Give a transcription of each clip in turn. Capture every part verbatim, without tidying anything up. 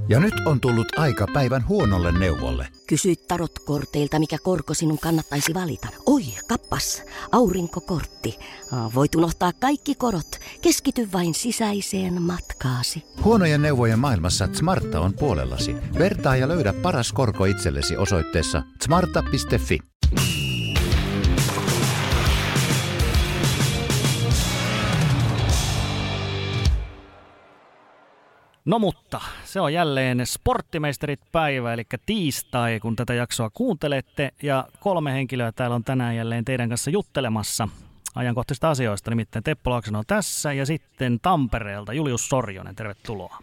Ja nyt on tullut aika päivän huonolle neuvolle. Kysy tarotkorteilta, mikä korko sinun kannattaisi valita. Oi, kappas, aurinkokortti. Voit unohtaa kaikki korot. Keskity vain sisäiseen matkaasi. Huonojen neuvojen maailmassa Smarta on puolellasi. Vertaa ja löydä paras korko itsellesi osoitteessa smarta piste fi. No mutta, se on jälleen Sporttimeisterit-päivä, eli tiistai, kun tätä jaksoa kuuntelette. Ja kolme henkilöä täällä on tänään jälleen teidän kanssa juttelemassa ajankohtaisista asioista. Nimittäin Teppo Laaksonen on tässä ja sitten Tampereelta Julius Sorjonen, tervetuloa.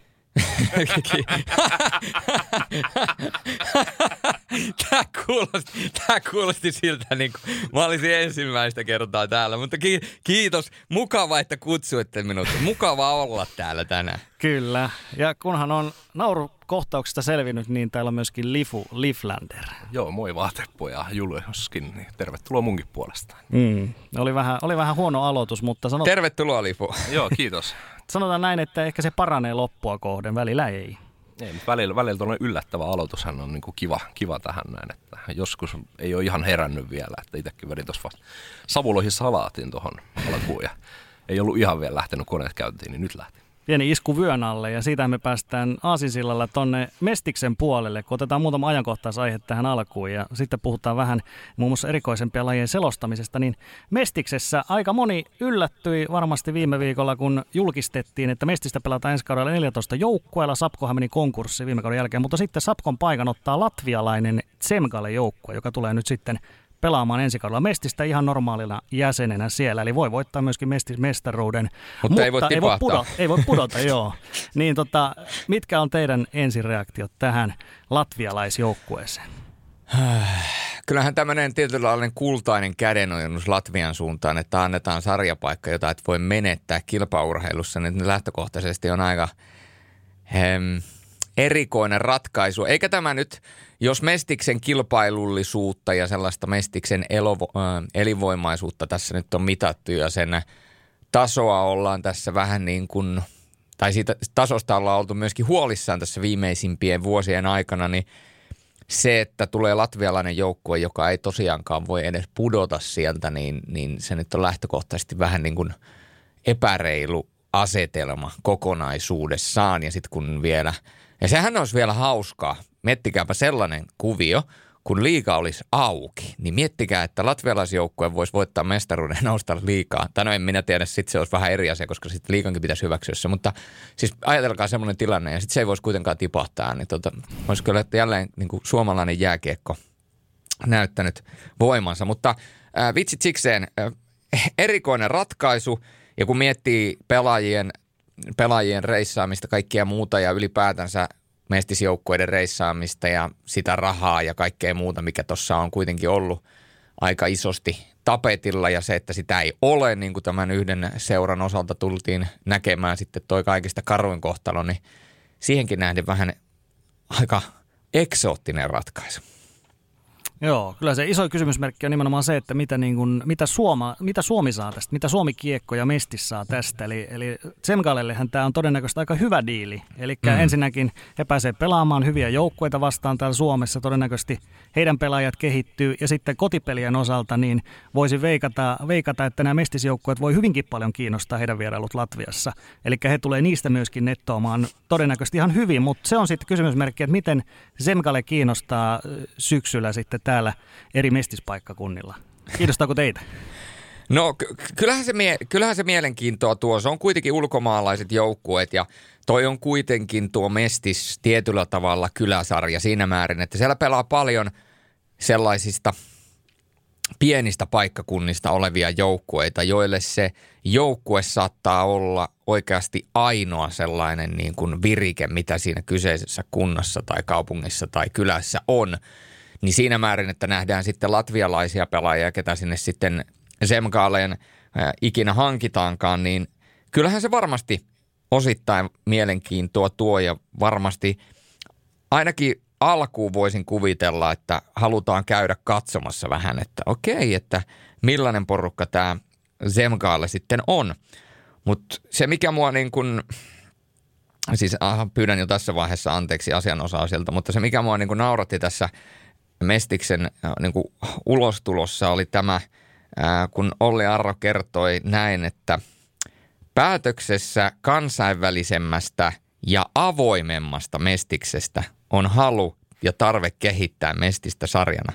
Tämä kuulosti, tämä kuulosti siltä, niin kuin mä olisin ensimmäistä kertaa täällä, mutta ki- kiitos. Mukava, että kutsuitte minut. Mukava olla täällä tänään. Kyllä, ja kunhan on naurukohtauksesta selvinnyt, niin täällä on myöskin Lifu Liflander. Joo, moi vaan Teppo ja Juliuskin, niin tervetuloa munkin puolestaan. Mm. Oli, vähän, oli vähän huono aloitus, mutta sanot... Tervetuloa Lifu. Joo, kiitos. Sanotaan näin, että ehkä se paranee loppua kohden, välillä ei. Ei, mutta välillä, välillä tuollainen yllättävä aloitushan on niin kuin kiva, kiva tähän näin, että joskus ei ole ihan herännyt vielä, että itsekin vedin tuossa vasta savuloihin salaatin tuohon alkuun ja ei ollut ihan vielä lähtenyt koneet käyntiin, niin nyt lähti. Pieni isku vyön alle ja siitä me päästään aasinsillalla tonne Mestiksen puolelle, kun otetaan muutama ajankohtaisaihe tähän alkuun ja sitten puhutaan vähän muun muassa erikoisempia lajien selostamisesta, niin Mestiksessä aika moni yllättyi varmasti viime viikolla, kun julkistettiin, että Mestistä pelataan ensi kaudella neljätoista joukkueella. Sapkohan meni konkurssiin viime kauden jälkeen, mutta sitten Sapkon paikan ottaa latvialainen Tsemgale joukkue, joka tulee nyt sitten pelaamaan ensi kaudella Mestistä ihan normaalina jäsenenä siellä, eli voi voittaa myöskin mestismestaruuden, mutta, mutta ei voi ei voi pudota, ei voi pudota joo. Niin tota, mitkä on teidän ensireaktiot tähän latvialaisjoukkueeseen? Kyllähän tämmöinen tietynlainen kultainen kädenojennus Latvian suuntaan, että annetaan sarjapaikka, jota et voi menettää kilpaurheilussa, niin lähtökohtaisesti on aika hem, erikoinen ratkaisu. Eikä tämä nyt, jos Mestiksen kilpailullisuutta ja sellaista Mestiksen elovo- äh, elinvoimaisuutta tässä nyt on mitattu ja sen tasoa ollaan tässä vähän niin kuin, tai siitä tasosta ollaan oltu myöskin huolissaan tässä viimeisimpien vuosien aikana, niin se, että tulee latvialainen joukkue, joka ei tosiaankaan voi edes pudota sieltä, niin, niin se nyt on lähtökohtaisesti vähän niin kuin epäreilu asetelma kokonaisuudessaan ja sitten kun vielä... Ja sehän olisi vielä hauskaa. Miettikääpä sellainen kuvio, kun liiga olisi auki. Niin miettikää, että latvialaisjoukkue voisi voittaa mestaruuden ja nousta liigaan. Tai no en minä tiedä, sitten se olisi vähän eri asia, koska sitten liigankin pitäisi hyväksyä se. Mutta siis ajatelkaa semmoinen tilanne ja sitten se ei voisi kuitenkaan tipahtaa. Niin tota, olisi kyllä jälleen niin kuin suomalainen jääkiekko näyttänyt voimansa. Mutta äh, vitsit sikseen äh, erikoinen ratkaisu ja kun miettii pelaajien... pelaajien reissaamista, kaikkea muuta ja ylipäätänsä mestisjoukkueiden reissaamista ja sitä rahaa ja kaikkea muuta, mikä tuossa on kuitenkin ollut aika isosti tapetilla ja se, että sitä ei ole, niin kuin tämän yhden seuran osalta tultiin näkemään sitten toi kaikista karuin kohtalo, niin siihenkin nähden vähän aika eksoottinen ratkaisu. Joo, kyllä se iso kysymysmerkki on nimenomaan se, että mitä, niin kuin, mitä, Suoma, mitä Suomi saa tästä, mitä Suomi kiekko ja Mestis saa tästä. Eli, eli Tsemgalellehän tämä on todennäköisesti aika hyvä diili. Eli mm. ensinnäkin he pääsee pelaamaan hyviä joukkueita vastaan täällä Suomessa. Todennäköisesti heidän pelaajat kehittyy ja sitten kotipelien osalta niin voisi veikata, veikata, että nämä Mestisjoukkueet voi hyvinkin paljon kiinnostaa heidän vierailut Latviassa. Eli he tulee niistä myöskin nettoamaan todennäköisesti ihan hyvin, mutta se on sitten kysymysmerkki, että miten Tsemgale kiinnostaa syksyllä sitten täällä eri mestispaikkakunnilla. Kiinnostaako teitä? No kyllähän se, mie- kyllähän se mielenkiintoa tuo. Se on kuitenkin ulkomaalaiset joukkueet ja toi on kuitenkin tuo Mestis tietyllä tavalla kyläsarja siinä määrin, että siellä pelaa paljon sellaisista pienistä paikkakunnista olevia joukkueita, joille se joukkue saattaa olla oikeasti ainoa sellainen niin kuin virike, mitä siinä kyseisessä kunnassa tai kaupungissa tai kylässä on. Niin siinä määrin, että nähdään sitten latvialaisia pelaajia, ketä sinne sitten Tsemgaleen äh, ikinä hankitaankaan, niin kyllähän se varmasti osittain mielenkiintoa tuo ja varmasti ainakin alkuun voisin kuvitella, että halutaan käydä katsomassa vähän, että okei, että millainen porukka tämä Tsemgale sitten on. Mutta se, mikä mua niin kuin siis aha, pyydän jo tässä vaiheessa anteeksi asianosaisilta, mutta se mikä mua niin kuin nauratti tässä Mestiksen niin kuin ulostulossa oli tämä, ää, kun Olli Arro kertoi näin, että päätöksessä kansainvälisemmästä ja avoimemmasta Mestiksestä on halu ja tarve kehittää Mestistä sarjana.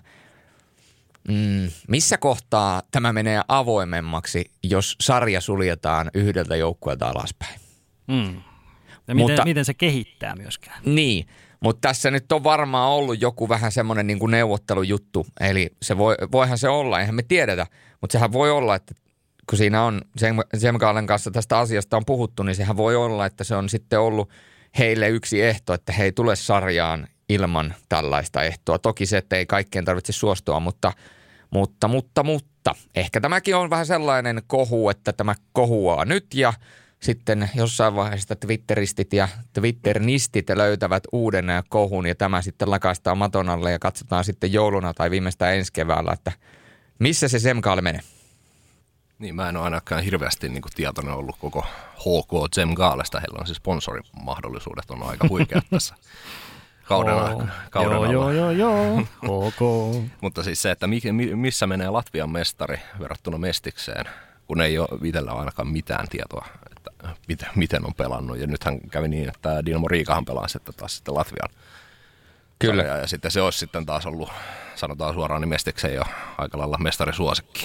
Mm, missä kohtaa tämä menee avoimemmaksi, jos sarja suljetaan yhdeltä joukkueelta alaspäin? Mm. Ja miten, mutta, miten se kehittää myöskään? Niin, mutta tässä nyt on varmaan ollut joku vähän semmoinen niin kuin neuvottelujuttu. Eli se voi, voihan se olla, eihän me tiedetä, mutta sehän voi olla, että kun siinä on Semgalen kanssa tästä asiasta on puhuttu, niin sehän voi olla, että se on sitten ollut heille yksi ehto, että he ei tule sarjaan ilman tällaista ehtoa. Toki se, että ei kaikkeen tarvitse suostua, mutta, mutta, mutta, mutta. Ehkä tämäkin on vähän sellainen kohu, että tämä kohuaa nyt ja sitten jossain vaiheessa Twitteristit ja Twitternistit löytävät uuden kohun ja tämä sitten lakaistaan maton alle ja katsotaan sitten jouluna tai viimeistään ensi keväällä, että missä se Semgale menee. Niin, mä en ole ainakaan hirveästi niin kuin tietoinen ollut koko H K Semgalesta. Heillä on siis sponsorimahdollisuudet on aika huikeat tässä kauden, oh, kauden joo, alla. Joo, joo, joo, ok. Mutta siis se, että missä menee Latvian mestari verrattuna Mestikseen, kun ei ole itsellä ainakaan mitään tietoa, että miten, miten on pelannut. Ja nythän kävi niin, että Dinamo Riikahan pelaa sitten taas sitten Latvian. Kyllä. Ja sitten se olisi sitten taas ollut, sanotaan suoraan, niin Mestiksen jo aika lailla mestarisuosikki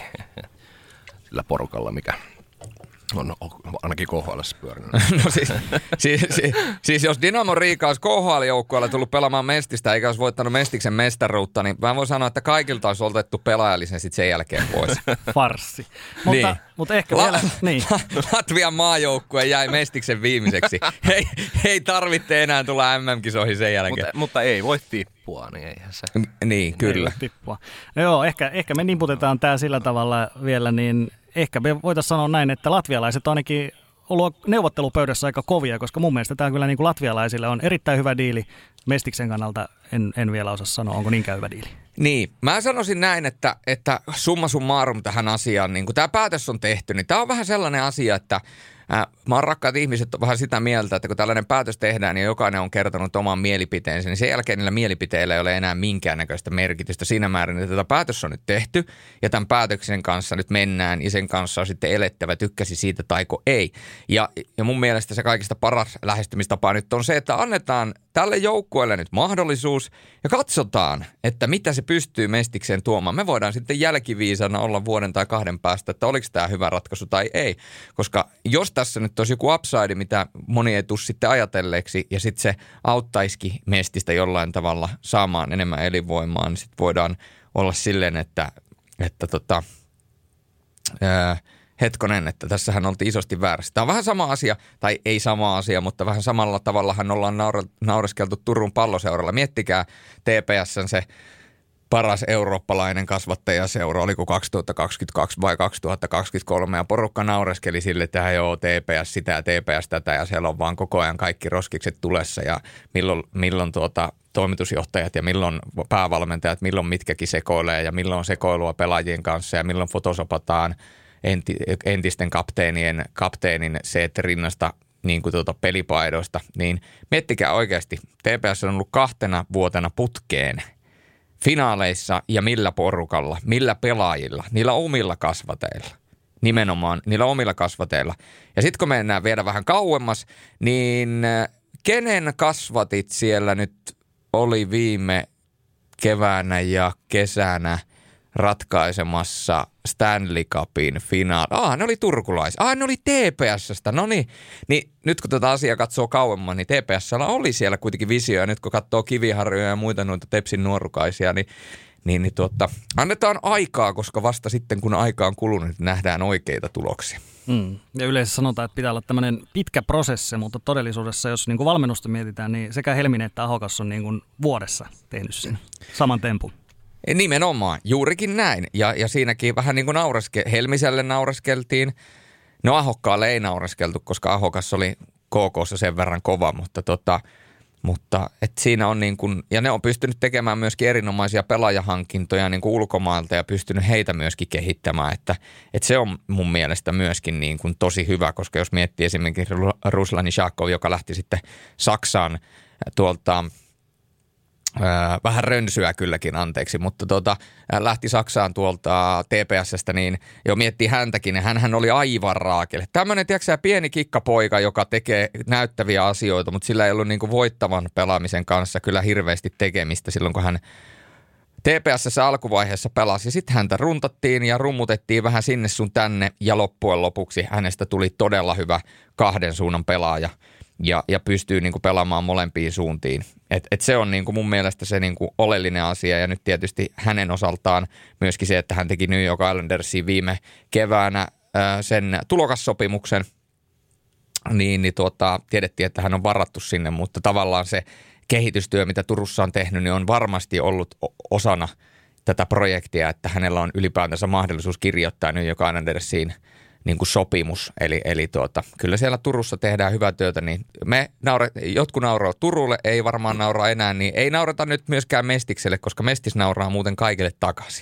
sillä porukalla, mikä on ainakin K H L:ssä pyörinyt. No siis, siis, siis, siis jos Dinamo Riika olisi K H L-joukkueella tullut pelaamaan Mestistä eikä olisi voittanut Mestiksen mestaruutta, niin mä voin sanoa, että kaikilta olisi otettu pelaajallisen sitten sen jälkeen pois. Farssi. Mutta, niin. mutta ehkä La- vielä... Niin. Latvian maajoukkue jäi Mestiksen viimeiseksi. Ei, ei tarvitse enää tulla M M-kisoihin sen jälkeen. Mutta, mutta ei voi tippua, niin eihän se. Niin, kyllä. Ei tippua. No joo, ehkä, ehkä me niputetaan tää sillä tavalla vielä, niin ehkä me voitaisiin sanoa näin, että latvialaiset on ainakin ollut neuvottelupöydässä aika kovia, koska mun mielestä tämä kyllä niin kuin latvialaisille on erittäin hyvä diili. Mestiksen kannalta en, en vielä osaa sanoa, onko niinkään hyvä diili. Niin, mä sanoisin näin, että, että summa summarum tähän asiaan, niin kun tämä päätös on tehty, niin tämä on vähän sellainen asia, että ää, mä oon rakkaat ihmiset on vähän sitä mieltä, että kun tällainen päätös tehdään niin jokainen on kertonut oman mielipiteensä, niin sen jälkeen niillä mielipiteillä ei ole enää minkäännäköistä merkitystä siinä määrin, että tätä päätös on nyt tehty ja tämän päätöksen kanssa nyt mennään ja sen kanssa on sitten elettävä, tykkäsi siitä taiko ei. Ja, ja mun mielestä se kaikista paras lähestymistapa nyt on se, että annetaan tälle joukkueelle nyt mahdollisuus ja katsotaan, että mitä se pystyy Mestikseen tuomaan. Me voidaan sitten jälkiviisana olla vuoden tai kahden päästä, että oliko tämä hyvä ratkaisu tai ei. Koska jos tässä nyt olisi joku upside, mitä moni ei tule sitten ajatelleeksi ja sitten se auttaisikin Mestistä jollain tavalla saamaan enemmän elinvoimaa, niin sitten voidaan olla silleen, että, että tota, ää, hetkonen, että tässähän oltiin isosti väärässä. Tämä on vähän sama asia, tai ei sama asia, mutta vähän samalla tavallahan ollaan naure- naureskeltu Turun Palloseuralla. Miettikää T P S:n se paras eurooppalainen kasvattajaseura, oliko kaksituhattakaksikymmentäkaksi vai kaksituhattakaksikymmentäkolme, ja porukka naureskeli sille, että joo, T P S sitä ja T P S tätä, ja siellä on vaan koko ajan kaikki roskikset tulessa, ja milloin, milloin tuota, toimitusjohtajat ja milloin päävalmentajat, milloin mitkäkin sekoilee, ja milloin sekoilua pelaajien kanssa, ja milloin fotosopataan entisten kapteenien, kapteenin se, että rinnasta niin kuin tuota pelipaidoista, niin miettikää oikeasti, T P S on ollut kahtena vuotena putkeen finaaleissa ja millä porukalla, millä pelaajilla, niillä omilla kasvateilla, nimenomaan niillä omilla kasvateilla. Ja sitten kun mennään vielä vähän kauemmas, niin kenen kasvatit siellä nyt oli viime keväänä ja kesänä ratkaisemassa Stanley Cupin finaali. Ah, ne oli turkulais. Ah, ne oli T P S:stä. No niin. niin, nyt kun tätä asiaa katsoo kauemmin, niin T P S:llä oli siellä kuitenkin visio. Ja nyt kun katsoo Kiviharjoja ja muita noita Tepsin nuorukaisia, niin, niin, niin tuota, annetaan aikaa, koska vasta sitten kun aika on kulunut, niin nähdään oikeita tuloksia. Mm. Ja yleensä sanotaan, että pitää olla tämmöinen pitkä prosessi, mutta todellisuudessa, jos niin kuin valmennusta mietitään, niin sekä Helminen että Ahokas on niin kuin vuodessa tehnyt sen saman tempun. Nimenomaan, juurikin näin. Ja, ja siinäkin vähän niin kuin naureske, Helmiselle naureskeltiin. No Ahokkaalle ei naureskeltu, koska Ahokas oli K K:ssa sen verran kova, mutta, tota, Mutta et siinä on niin kuin, ja ne on pystynyt tekemään myöskin erinomaisia pelaajahankintoja niin kuin ulkomailta ja pystynyt heitä myöskin kehittämään, että, että se on mun mielestä myöskin niin kuin tosi hyvä, koska jos miettii esimerkiksi Ruslan Ishakov, joka lähti sitten Saksaan tuolta, ää, vähän rönsyä kylläkin, anteeksi, mutta tuota, lähti Saksaan tuolta T P S:stä, niin jo miettii häntäkin, niin hänhän oli aivan raakele. Tämmöinen, tiedätkö pieni kikkapoika, joka tekee näyttäviä asioita, mutta sillä ei ollut niin kuin voittavan pelaamisen kanssa kyllä hirveästi tekemistä silloin, kun hän T P S:ssä alkuvaiheessa pelasi. Sitten häntä runtattiin ja rummutettiin vähän sinne sun tänne ja loppujen lopuksi hänestä tuli todella hyvä kahden suunnan pelaaja ja, ja pystyy niin kuin pelaamaan molempiin suuntiin. Et, et se on niin kuin mun mielestä se niin kuin oleellinen asia ja nyt tietysti hänen osaltaan myöskin se, että hän teki New York Islandersiin viime keväänä ää, sen tulokassopimuksen, niin, niin tuota, tiedettiin, että hän on varattu sinne, mutta tavallaan se kehitystyö, mitä Turussa on tehnyt, niin on varmasti ollut osana tätä projektia, että hänellä on ylipäätänsä mahdollisuus kirjoittaa New York Islandersiin niin kuin sopimus. Eli, eli tuota, kyllä siellä Turussa tehdään hyvää työtä, niin me naure, jotkut nauraa Turulle, ei varmaan nauraa enää, niin ei naurata nyt myöskään Mestikselle, koska Mestis nauraa muuten kaikille takaisin.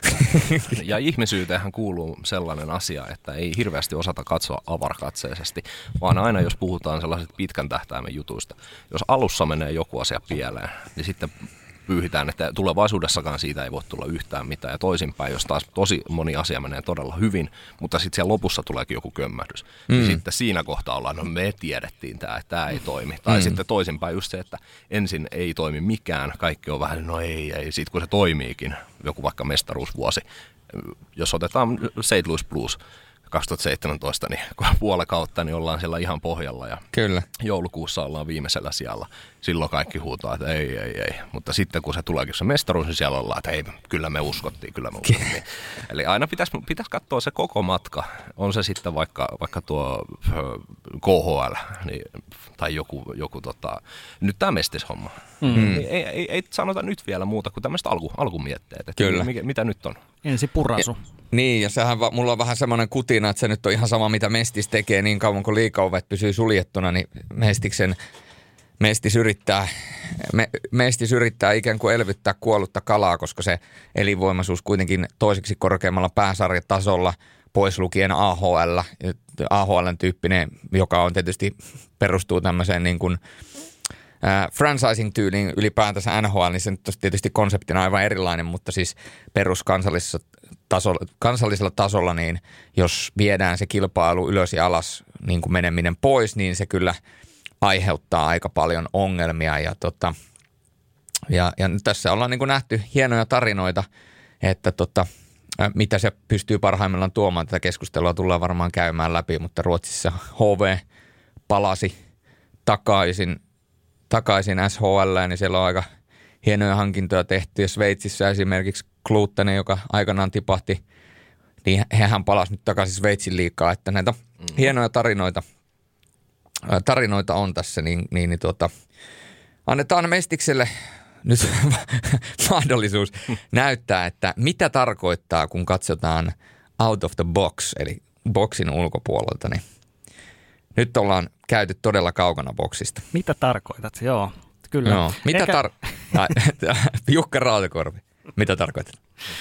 Ja ihmisyyteenhän kuuluu sellainen asia, että ei hirveästi osata katsoa avarakatseisesti, vaan aina jos puhutaan sellaisista pitkän tähtäimen jutuista. Jos alussa menee joku asia pieleen, niin sitten pyyhitään, että tulevaisuudessakaan siitä ei voi tulla yhtään mitään. Ja toisinpäin, jos taas tosi moni asia menee todella hyvin, mutta sitten siellä lopussa tuleekin joku kömmähdys. Mm. Niin sitten siinä kohtaa ollaan, no me tiedettiin tämä, että tämä ei toimi. Tai mm. sitten toisinpäin just se, että ensin ei toimi mikään, kaikki on vähän, no ei, ei. Sitten kun se toimiikin, joku vaikka mestaruusvuosi, jos otetaan Saint Louis Blues kaksituhattaseitsemäntoista, niin puolen kautta niin ollaan siellä ihan pohjalla ja kyllä. Joulukuussa ollaan viimeisellä sijalla. Silloin kaikki huutaa, että ei, ei, ei. Mutta sitten kun se tuleekin se mestaruus, niin siellä ollaan, että ei, kyllä me uskottiin, kyllä me uskottiin. Eli aina pitäisi, pitäisi katsoa se koko matka. On se sitten vaikka, vaikka tuo K H L niin, tai joku, joku tota, nyt tämä Mestis-homma. Mm. Ei, ei, ei, ei sanota nyt vielä muuta kuin tämmöistä alku, alkumietteet, että kyllä. Mikä, mitä nyt on. Ensi purasu. Ja, niin, ja sehän va, mulla on vähän semmoinen kutina, että se nyt on ihan sama, mitä Mestis tekee niin kauan, kun liigaovet pysyy suljettuna, niin Mestiksen Mestis yrittää, me, Mestis yrittää ikään kuin elvyttää kuollutta kalaa, koska se elinvoimaisuus kuitenkin toiseksi korkeammalla pääsarjatasolla, pois lukien A H L, A H L:n tyyppinen, joka on tietysti perustuu tämmöiseen niin kuin Äh, franchising-tyyliin ylipäätänsä N H L, niin se nyt on tietysti konseptina aivan erilainen, mutta siis peruskansallisella tasolla, kansallisella tasolla, niin jos viedään se kilpailu ylös ja alas niin kuin meneminen pois, niin se kyllä aiheuttaa aika paljon ongelmia. Ja, tota, ja, ja nyt tässä ollaan niin kuin nähty hienoja tarinoita, että tota, äh, mitä se pystyy parhaimmillaan tuomaan. Tätä keskustelua tullaan varmaan käymään läpi, mutta Ruotsissa H V palasi takaisin takaisin S H L, niin siellä on aika hienoja hankintoja tehty. Ja Sveitsissä esimerkiksi Klutenen, joka aikanaan tipahti, niin hehän palasi nyt takaisin Sveitsin liigaan, että näitä mm. hienoja tarinoita, tarinoita on tässä, niin, niin, niin tuota, annetaan Mestikselle nyt mahdollisuus näyttää, että mitä tarkoittaa, kun katsotaan out of the box, eli boksin ulkopuolelta, niin nyt ollaan käyty todella kaukana boksista. Mitä tarkoitat? Joo, kyllä. No, mitä Eikä... tar... Jukka Rautakorpi, mitä tarkoitat?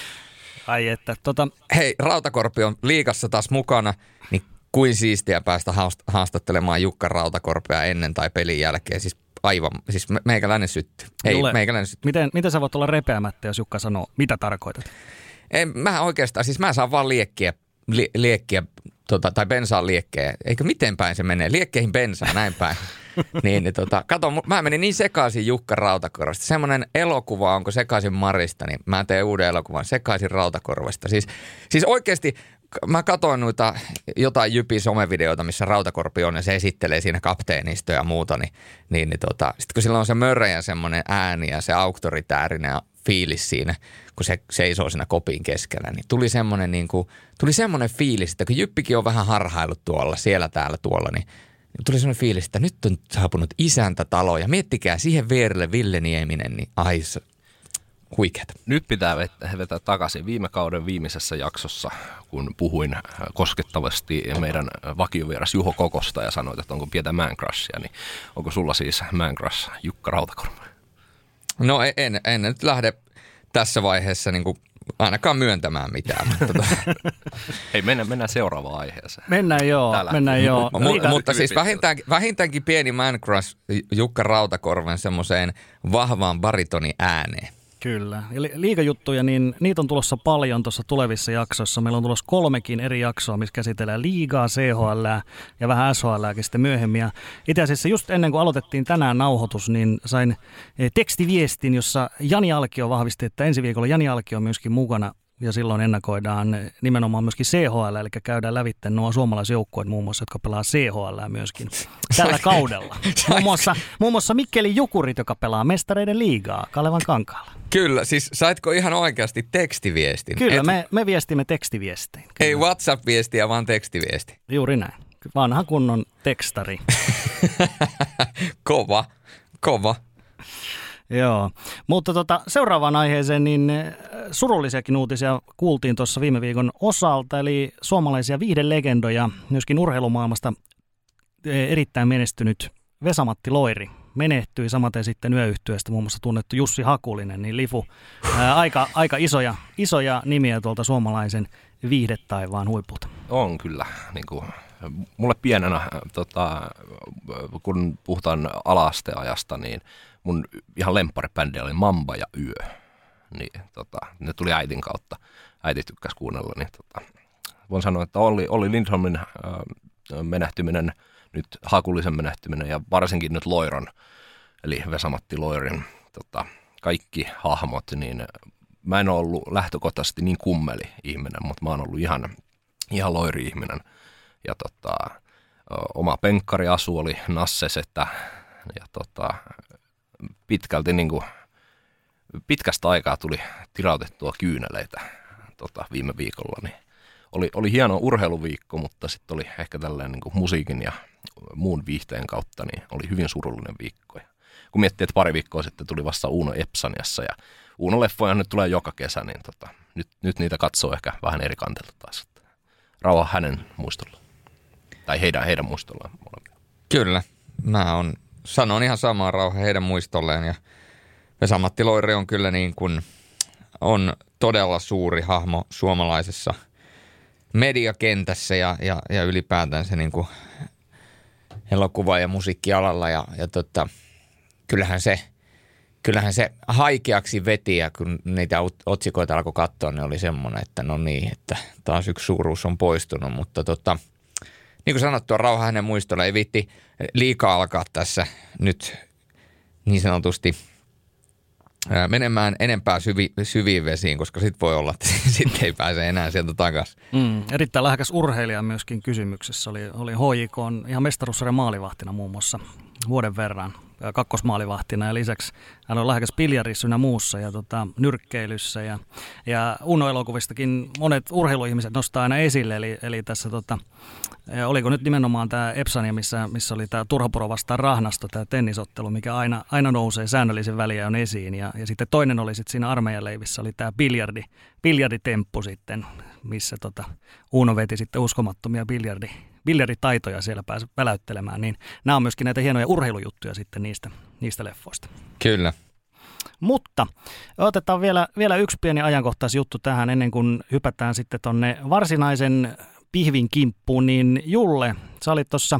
Ai että, tota... Hei, Rautakorpi on liigassa taas mukana, niin kuin siistiä päästä haastattelemaan Jukka Rautakorpea ennen tai pelin jälkeen. Siis aivan, siis meikäläinen sytty. Ei, Jule, meikäläinen sytty. Miten, miten sä voit olla repeämättä, jos Jukka sanoo, mitä tarkoitat? Ei, mä oikeastaan, siis mä saan vaan liekkiä, li, liekkiä tota, tai bensaan liekkejä. Eikö miten päin se menee? Liekkeihin bensaa, näin päin. niin, niin tota, kato, mä menin niin sekaisin Jukka Rautakorvasta. Semmoinen elokuva, onko sekaisin Marista, niin mä teen uuden elokuvan, sekaisin Rautakorvasta. Siis, siis oikeasti mä katsoin noita jotain Jypin somevideoita, missä Rautakorpi on ja se esittelee siinä kapteenistoa ja muuta, niin, niin, niin tota, sitten kun sillä on se mörrejä semmoinen ääni ja se auktoritäärinen fiilis siinä, kun se seisoo siinä kopin keskellä, niin tuli semmoinen, niin kuin, tuli semmoinen fiilis, että kun Jyppikin on vähän harhailut tuolla, siellä täällä tuolla, niin tuli semmoinen fiilis, että nyt on saapunut isäntätalo ja miettikää siihen vierelle Ville Nieminen, niin ai huikeata. Nyt pitää vetää takaisin. Viime kauden viimeisessä jaksossa, kun puhuin koskettavasti meidän vakiovieras Juho Kokosta ja sanoit, että onko pientä man crushia, niin onko sulla siis man crush Jukka Rautakorva? No en, en nyt lähde tässä vaiheessa niin kuin ainakaan myöntämään mitään. Mutta Hei, mennään, mennään seuraavaan aiheeseen. Mennään joo, Täällä. mennään joo. M- mutta siis vähintäänkin, vähintäänkin pieni man crush Jukka Rautakorven semmoiseen vahvaan baritoni ääneen. Kyllä. Ja liigajuttuja, niin niitä on tulossa paljon tuossa tulevissa jaksoissa. Meillä on tulossa kolmekin eri jaksoa, missä käsitellään liigaa, C H L ja vähän S H L:ääkin sitten myöhemmin. Ja itse asiassa just ennen kuin aloitettiin tänään nauhoitus, niin sain tekstiviestin, jossa Jani Alkio vahvisti, että ensi viikolla Jani Alkio on myöskin mukana. Ja silloin ennakoidaan nimenomaan myöskin C H L, eli käydään lävitse nuo suomalaisjoukkueet muun muassa, jotka pelaa C H L myöskin tällä kaudella. Muun muassa, muun muassa Mikkeli Jukurit, joka pelaa mestareiden liigaa Kalevan kankaalla. Kyllä, siis saitko ihan oikeasti tekstiviestin? Kyllä, Et, me, me viestimme tekstiviestiin. Kyllä. Ei WhatsApp-viestiä, vaan tekstiviesti. Juuri näin. Vanha kunnon tekstari. Kova, kova. Joo, mutta tota, seuraavaan aiheeseen, niin surullisiakin uutisia kuultiin tuossa viime viikon osalta, eli suomalaisia viihdelegendoja, myöskin urheilumaailmasta erittäin menestynyt Vesa-Matti Loiri menehtyi, samaten sitten yöyhtyeestä muun muassa tunnettu Jussi Hakulinen, niin Lifu, ää, aika, aika isoja, isoja nimiä tuolta suomalaisen viihdetaivaan huipulta. On kyllä, niin kuin mulle pienenä, tota, kun puhutaan ala-asteajasta, niin mun ihan lempparibändi oli Mamba ja Yö. Niin, tota, ne tuli äitin kautta. Äiti tykkäsi kuunnella. Niin, tota, voin sanoa, että Olli, Olli Lindholmin äh, menehtyminen, nyt Hakulisen menehtyminen ja varsinkin nyt Loiron, eli Vesa-Matti Loirin tota, kaikki hahmot, niin mä en ole ollut lähtökohtaisesti niin kummeli ihminen, mutta mä oon ollut ihan, ihan Loiri-ihminen. Ja tota, oma penkkariasu oli Nassesetä ja tota, pitkälti niin kuin, pitkästä aikaa tuli tirautettua kyyneleitä tota, viime viikolla. Niin oli, oli hieno urheiluviikko, mutta sitten oli ehkä tällainen niin kuin musiikin ja muun viihteen kautta, niin oli hyvin surullinen viikko. Ja kun miettii, että pari viikkoa sitten tuli vasta Uuno Epsaniassa ja Uuno-leffoja nyt tulee joka kesä, niin tota, nyt, nyt niitä katsoo ehkä vähän eri kantelta taas. Rauha hänen muistollaan. Tai heidän, heidän muistollaan. Kyllä. Mä on, sanon ihan samaa, rauha heidän muistolleen. Ja Vesa-Matti Loiri on kyllä niin kuin, on todella suuri hahmo suomalaisessa mediakentässä ja, ja, ja ylipäätään se niin kuin elokuva- ja musiikkialalla. Ja, ja tota, kyllähän se, kyllähän se haikeaksi veti ja kun niitä otsikoita alkoi katsoa, niin oli semmoinen, että no niin, että taas yksi suuruus on poistunut, mutta tota, niin kuin sanottua, rauha hänen muistolla, ei viitti liikaa alkaa tässä nyt niin sanotusti menemään enempää syvi, syviin vesiin, koska sitten voi olla, että sitten ei pääse enää sieltä takaisin. Mm, erittäin lähekäs urheilija myöskin kysymyksessä. Oli, oli H J K:n ihan mestaruussarjan maalivahtina muun muassa vuoden verran, kakkosmaalivahtina ja lisäksi hän on lähekäs biljarissa ynnä muussa ja tota, nyrkkeilyssä ja, ja Uno-elokuvistakin monet urheiluihmiset nostaa aina esille, eli, eli tässä tota, oliko nyt nimenomaan tämä Epsania, missä, missä oli tämä Turhapuro vastaan Rahnasto, tämä tennisottelu, mikä aina, aina nousee säännöllisen väliä on esiin ja, ja sitten toinen oli sitten siinä armeijan leivissä, oli tämä biljardi, biljarditemppu sitten, missä tota, Uno veti sitten uskomattomia biljardi biljarditaitoja siellä pääsi väläyttelemään, niin nämä on myöskin näitä hienoja urheilujuttuja sitten niistä, niistä leffoista. Kyllä. Mutta otetaan vielä, vielä yksi pieni ajankohtaisjuttu tähän ennen kuin hypätään sitten tonne varsinaisen pihvin kimppuun, niin Julle, sä olit tuossa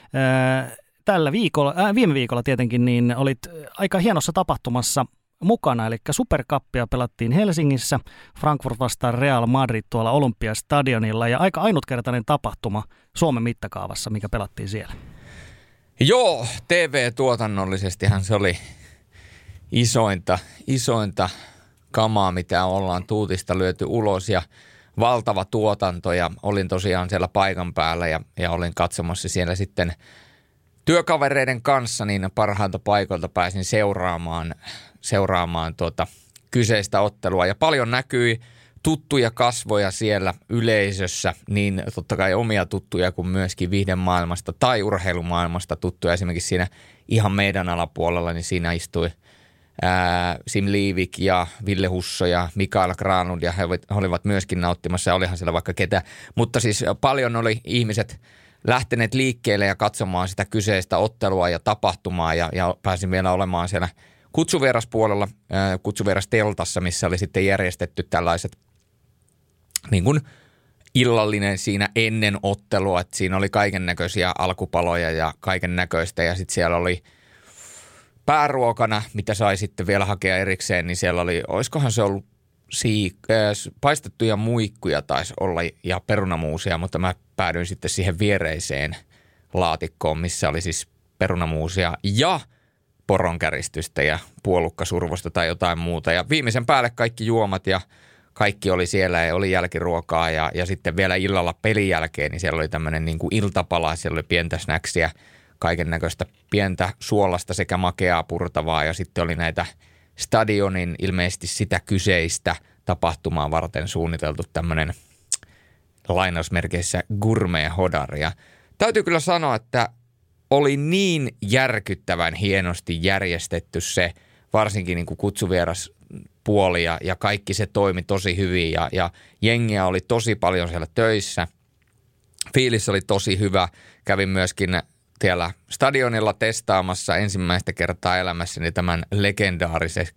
tällä viikolla, äh, viime viikolla tietenkin, niin olit aika hienossa tapahtumassa mukana, eli Supercuppia pelattiin Helsingissä, Frankfurt vastaan Real Madrid tuolla Olympiastadionilla ja aika ainutkertainen tapahtuma Suomen mittakaavassa, mikä pelattiin siellä. Joo, T V-tuotannollisestihan se oli isointa, isointa kamaa, mitä ollaan tuutista lyöty ulos ja valtava tuotanto ja olin tosiaan siellä paikan päällä ja, ja olin katsomassa siellä sitten työkavereiden kanssa, niin parhailta paikoilta pääsin seuraamaan, seuraamaan tuota kyseistä ottelua. Ja paljon näkyi tuttuja kasvoja siellä yleisössä, niin totta kai omia tuttuja kuin myöskin viihdemaailmasta tai urheilumaailmasta tuttuja. Esimerkiksi siinä ihan meidän alapuolella, niin siinä istui ää, Sim Liivik ja Ville Husso ja Mikael Granlund ja he olivat myöskin nauttimassa ja olihan siellä vaikka ketä. Mutta siis paljon oli ihmiset lähteneet liikkeelle ja katsomaan sitä kyseistä ottelua ja tapahtumaa ja, ja pääsin vielä olemaan siellä kutsuvieraspuolella, ää, kutsuvierasteltassa, missä oli sitten järjestetty tällaiset niin kuin illallinen siinä ennen ottelua, että siinä oli kaiken näköisiä alkupaloja ja kaiken näköistä ja sitten siellä oli pääruokana, mitä sai sitten vielä hakea erikseen, niin siellä oli, olisikohan se ollut siik- äh, paistettuja muikkuja taisi olla ja perunamuusia, mutta mä päädyin sitten siihen viereiseen laatikkoon, missä oli siis perunamuusia ja poronkäristystä ja puolukkasurvosta tai jotain muuta. Ja viimeisen päälle kaikki juomat ja kaikki oli siellä ja oli jälkiruokaa ja, ja sitten vielä illalla pelin jälkeen, niin siellä oli tämmöinen niin kuin iltapala, siellä oli pientä snacksia, kaiken näköistä pientä suolasta sekä makeaa purtavaa ja sitten oli näitä stadionin ilmeisesti sitä kyseistä tapahtumaa varten suunniteltu tämmöinen lainausmerkeissä gourmet-hodari. Ja täytyy kyllä sanoa, että oli niin järkyttävän hienosti järjestetty se, varsinkin niin kuin kutsuvieras puoli ja, ja kaikki se toimi tosi hyvin ja, ja jengiä oli tosi paljon siellä töissä. Fiilis oli tosi hyvä. Kävin myöskin siellä stadionilla testaamassa ensimmäistä kertaa elämässäni tämän legendaariseksi,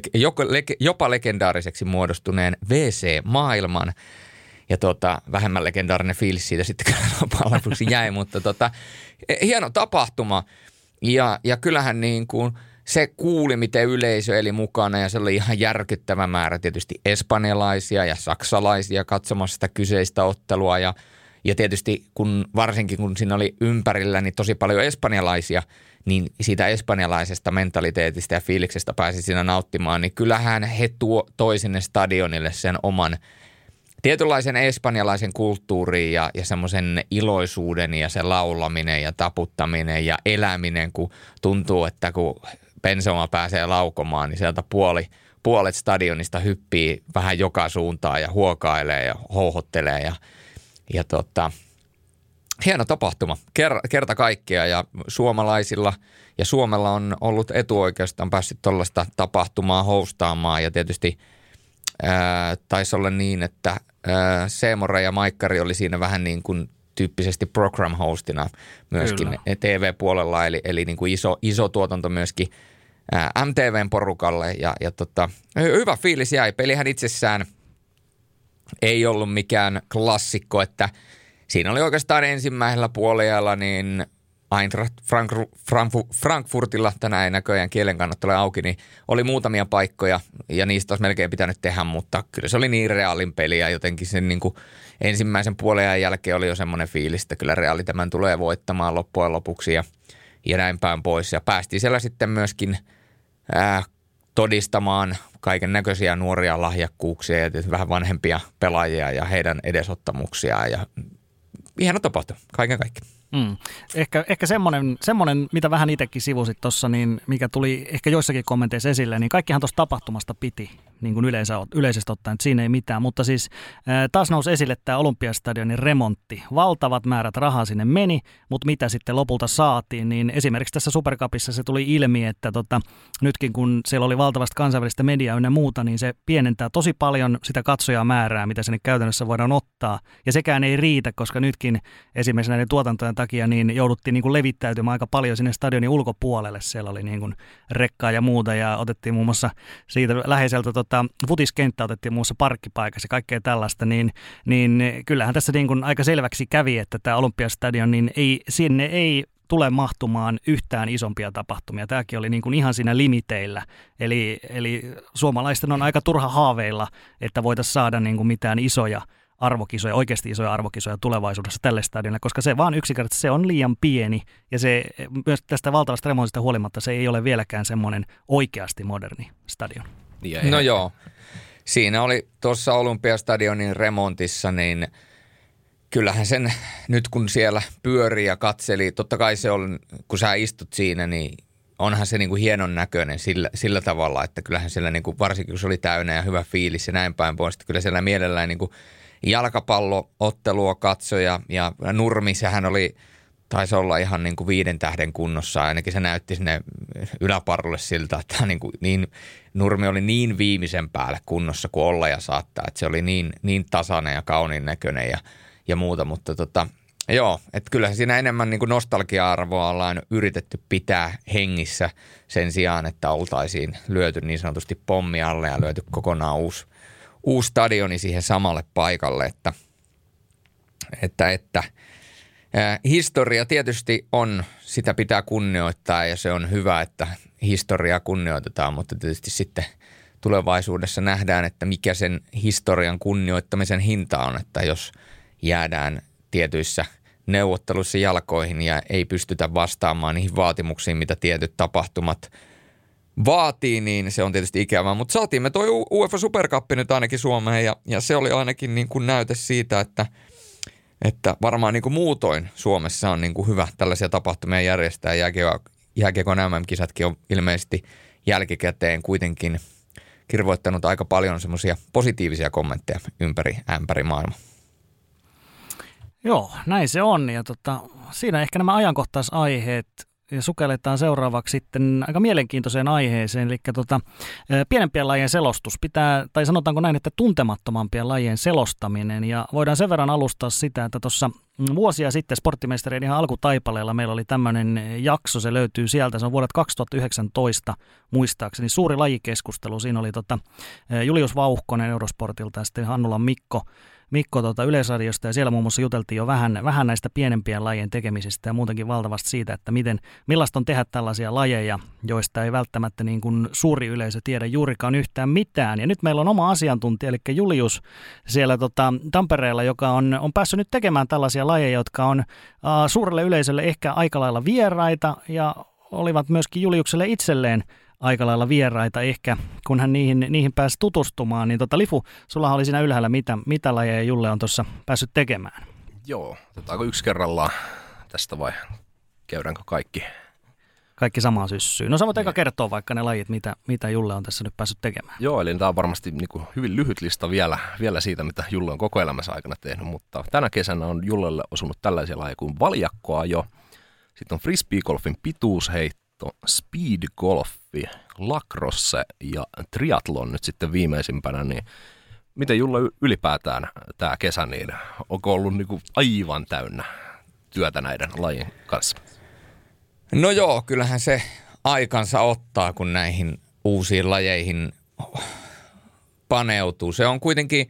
jopa legendaariseksi muodostuneen W C-maailman. Ja tota, vähemmän legendaarinen fiilis siitä sitten loppujen lopuksi jäi, mutta tota, hieno tapahtuma. Ja, ja kyllähän niin kuin se kuuli, miten yleisö eli mukana ja se oli ihan järkyttävä määrä tietysti espanjalaisia ja saksalaisia katsomassa sitä kyseistä ottelua ja Ja tietysti kun, varsinkin kun siinä oli ympärillä niin tosi paljon espanjalaisia, niin siitä espanjalaisesta mentaliteetistä ja fiiliksestä pääsi siinä nauttimaan, niin kyllähän he tuo, toi sinne stadionille sen oman tietynlaisen espanjalaisen kulttuuriin ja, ja semmoisen iloisuuden ja se laulaminen ja taputtaminen ja eläminen, kun tuntuu, että kun Benzema pääsee laukomaan, niin sieltä puoli, puolet stadionista hyppii vähän joka suuntaan ja huokailee ja houhottelee ja Ja tota, hieno tapahtuma, Ker, kerta kaikkea ja suomalaisilla ja Suomella on ollut etuoikeustaan päässyt tuollaista tapahtumaa hostaamaan ja tietysti ää, taisi olla niin, että ää, Seemora ja Maikkari oli siinä vähän niin kuin tyyppisesti program hostina myöskin Kyllä. T V-puolella eli, eli niin kuin iso, iso tuotanto myöskin ää, M T V:n porukalle ja, ja tota, hyvä fiilis jäi. Pelihän itsessään ei ollut mikään klassikko, että siinä oli oikeastaan ensimmäisellä puolella niin Eintracht Frankfurtilla, tänään ei näköjään kielen kannattaa ole auki, niin oli muutamia paikkoja ja niistä olisi melkein pitänyt tehdä, mutta kyllä se oli niin Realin peli ja jotenkin sen niin kuin ensimmäisen puolen jälkeen oli jo semmoinen fiilis, että kyllä Reali tämän tulee voittamaan loppujen lopuksi ja, ja näin päin pois ja päästiin siellä sitten myöskin ää, todistamaan kaiken näköisiä nuoria lahjakkuuksia ja vähän vanhempia pelaajia ja heidän edesottamuksiaan ja hieno tapahtuma, kaiken kaikki. Mm. Ehkä, ehkä semmoinen, semmoinen, mitä vähän itsekin sivusit tuossa, niin mikä tuli ehkä joissakin kommenteissa esille, niin kaikkihan tuosta tapahtumasta piti, niin kuin yleensä, yleisesti ottaen, että siinä ei mitään. Mutta siis ää, taas nousi esille tämä Olympiastadionin remontti. Valtavat määrät rahaa sinne meni, mutta mitä sitten lopulta saatiin, niin esimerkiksi tässä Supercupissa se tuli ilmi, että tota, nytkin kun siellä oli valtavasti kansainvälistä mediaa ynnä muuta, niin se pienentää tosi paljon sitä katsojamäärää, mitä sinne käytännössä voidaan ottaa. Ja sekään ei riitä, koska nytkin esimerkiksi näiden tuotantojen takia niin jouduttiin niin kuin levittäytymään aika paljon sinne stadionin ulkopuolelle. Siellä oli niin kuin rekkaa ja muuta ja otettiin muun muassa siitä läheiseltä tota, futiskenttä otettiin muun muassa parkkipaikassa ja kaikkea tällaista, niin, niin kyllähän tässä niin kuin aika selväksi kävi, että tämä Olympiastadion, niin ei, sinne ei tule mahtumaan yhtään isompia tapahtumia. Tämäkin oli niin kuin ihan siinä limiteillä. Eli, eli suomalaisten on aika turha haaveilla, että voitaisiin saada niin kuin mitään isoja arvokisoja, oikeasti isoja arvokisoja tulevaisuudessa tälle stadionille, koska se vaan yksinkertaisesti se on liian pieni ja se myös tästä valtavasta remontista huolimatta se ei ole vieläkään semmoinen oikeasti moderni stadion. No joo, siinä oli tuossa Olympiastadionin remontissa, niin kyllähän sen nyt kun siellä pyörii ja katseli, totta kai se on, kun sä istut siinä, niin onhan se niin kuin hienon näköinen sillä, sillä tavalla, että kyllähän siellä niin kuin, varsinkin kun se oli täynnä ja hyvä fiilis ja näin päin pois, kyllä siellä mielellään niin kuin jalkapalloottelua katsoja ja Nurmi, sehän oli taisi olla ihan niin kuin viiden tähden kunnossa. Ainakin se näytti sinne yläparrulle siltä, että niin, kuin niin, nurmi oli niin viimeisen päälle kunnossa kuin olla ja saattaa. Että se oli niin, niin tasainen ja kauniin näköinen ja, ja muuta, mutta tota, joo, että kyllähän siinä enemmän niin kuin nostalgia-arvoa ollaan yritetty pitää hengissä sen sijaan, että oltaisiin lyöty niin sanotusti pommi alle ja lyöty kokonaan uusi, uusi stadioni siihen samalle paikalle, että, että, että ää, historia tietysti on, sitä pitää kunnioittaa ja se on hyvä, että historiaa kunnioitetaan, mutta tietysti sitten tulevaisuudessa nähdään, että mikä sen historian kunnioittamisen hinta on, että jos jäädään tietyissä neuvotteluissa jalkoihin ja ei pystytä vastaamaan niihin vaatimuksiin, mitä tietyt tapahtumat vaatii, niin se on tietysti ikävää. Mutta saatiin me toi UEFA Super Cup nyt ainakin Suomeen ja, ja se oli ainakin niin kuin näyte siitä, että, että varmaan niin kuin muutoin Suomessa on niin kuin hyvä tällaisia tapahtumia järjestää. Jääkiekon M M-kisatkin on ilmeisesti jälkikäteen kuitenkin kirvoittanut aika paljon semmoisia positiivisia kommentteja ympäri ämpäri maailmaa. Joo, näin se on. Ja tota, siinä ehkä nämä ajankohtaisaiheet ja sukelletaan seuraavaksi sitten aika mielenkiintoiseen aiheeseen. Eli tota, pienempien lajien selostus pitää, tai sanotaanko näin, että tuntemattomampien lajien selostaminen. Ja voidaan sen verran alustaa sitä, että tuossa vuosia sitten Sporttimestarien ihan alkutaipaleella meillä oli tämmöinen jakso, se löytyy sieltä, se on vuodet kaksituhattayhdeksäntoista muistaakseni, suuri lajikeskustelu. Siinä oli tota Julius Vauhkonen Eurosportilta ja sitten Hannulan Mikko, Mikko tuota Yleisradiosta ja siellä muun muassa juteltiin jo vähän, vähän näistä pienempien lajien tekemisistä ja muutenkin valtavasti siitä, että miten, millaista on tehdä tällaisia lajeja, joista ei välttämättä niin kuin suuri yleisö tiedä juurikaan yhtään mitään. Ja nyt meillä on oma asiantuntija, eli Julius siellä tota, Tampereella, joka on, on päässyt nyt tekemään tällaisia lajeja, jotka on uh, suurelle yleisölle ehkä aika lailla vieraita ja olivat myöskin Juliukselle itselleen aika lailla vieraita ehkä, kun hän niihin, niihin pääsi tutustumaan. Niin tota, Lifu, sulla oli siinä ylhäällä, mitä, mitä lajeja Julle on tuossa päässyt tekemään? Joo, otetaanko yksi kerrallaan tästä vai käydäänkö kaikki? Kaikki samaan syssyyn. No sä voit eka kertoa vaikka ne lajit, mitä, mitä Julle on tässä nyt päässyt tekemään. Joo, eli tämä on varmasti niin kuin hyvin lyhyt lista vielä, vielä siitä, mitä Julle on koko elämänsä aikana tehnyt, mutta tänä kesänä on Jullelle osunut tällaisia lajeja kuin valjakkoa jo, sitten on frisbeegolfin pituusheitto, speedgolfi, lacrosse ja triathlon nyt sitten viimeisimpänä, niin miten Julle ylipäätään tämä kesä, niin onko ollut niin kuin aivan täynnä työtä näiden lajien kanssa? No joo, kyllähän se aikansa ottaa, kun näihin uusiin lajeihin paneutuu. Se on kuitenkin,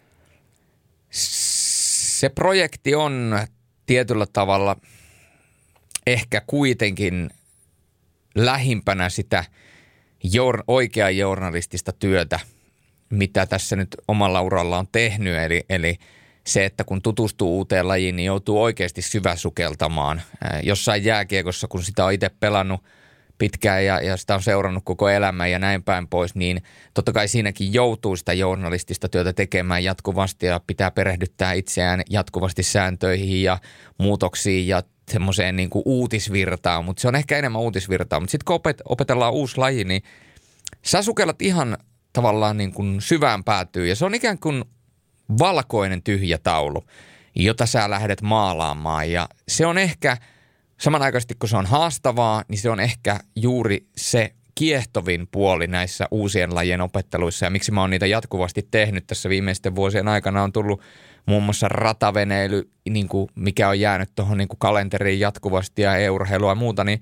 se projekti on tietyllä tavalla ehkä kuitenkin lähimpänä sitä jour- oikeaa journalistista työtä, mitä tässä nyt omalla uralla on tehnyt. Eli, eli se, että kun tutustuu uuteen lajiin, niin joutuu oikeasti syväsukeltamaan. Jossain jääkiekossa, kun sitä on itse pelannut pitkään ja, ja sitä on seurannut koko elämän ja näin päin pois, niin totta kai siinäkin joutuu sitä journalistista työtä tekemään jatkuvasti ja pitää perehdyttää itseään jatkuvasti sääntöihin ja muutoksiin ja semmoiseen niin kuin uutisvirtaan, mutta se on ehkä enemmän uutisvirtaa. Mutta sitten kun opet- opetellaan uusi laji, niin sä sukellat ihan tavallaan niin kuin syvään päätyyn ja se on ikään kuin valkoinen tyhjä taulu, jota sä lähdet maalaamaan ja se on ehkä, samanaikaisesti kun se on haastavaa, niin se on ehkä juuri se kiehtovin puoli näissä uusien lajien opetteluissa ja miksi mä oon niitä jatkuvasti tehnyt tässä viimeisten vuosien aikana on tullut muun muassa rataveneily, niin kuin mikä on jäänyt tuohon niin kuin kalenteriin jatkuvasti ja e-urheilua ja muuta, niin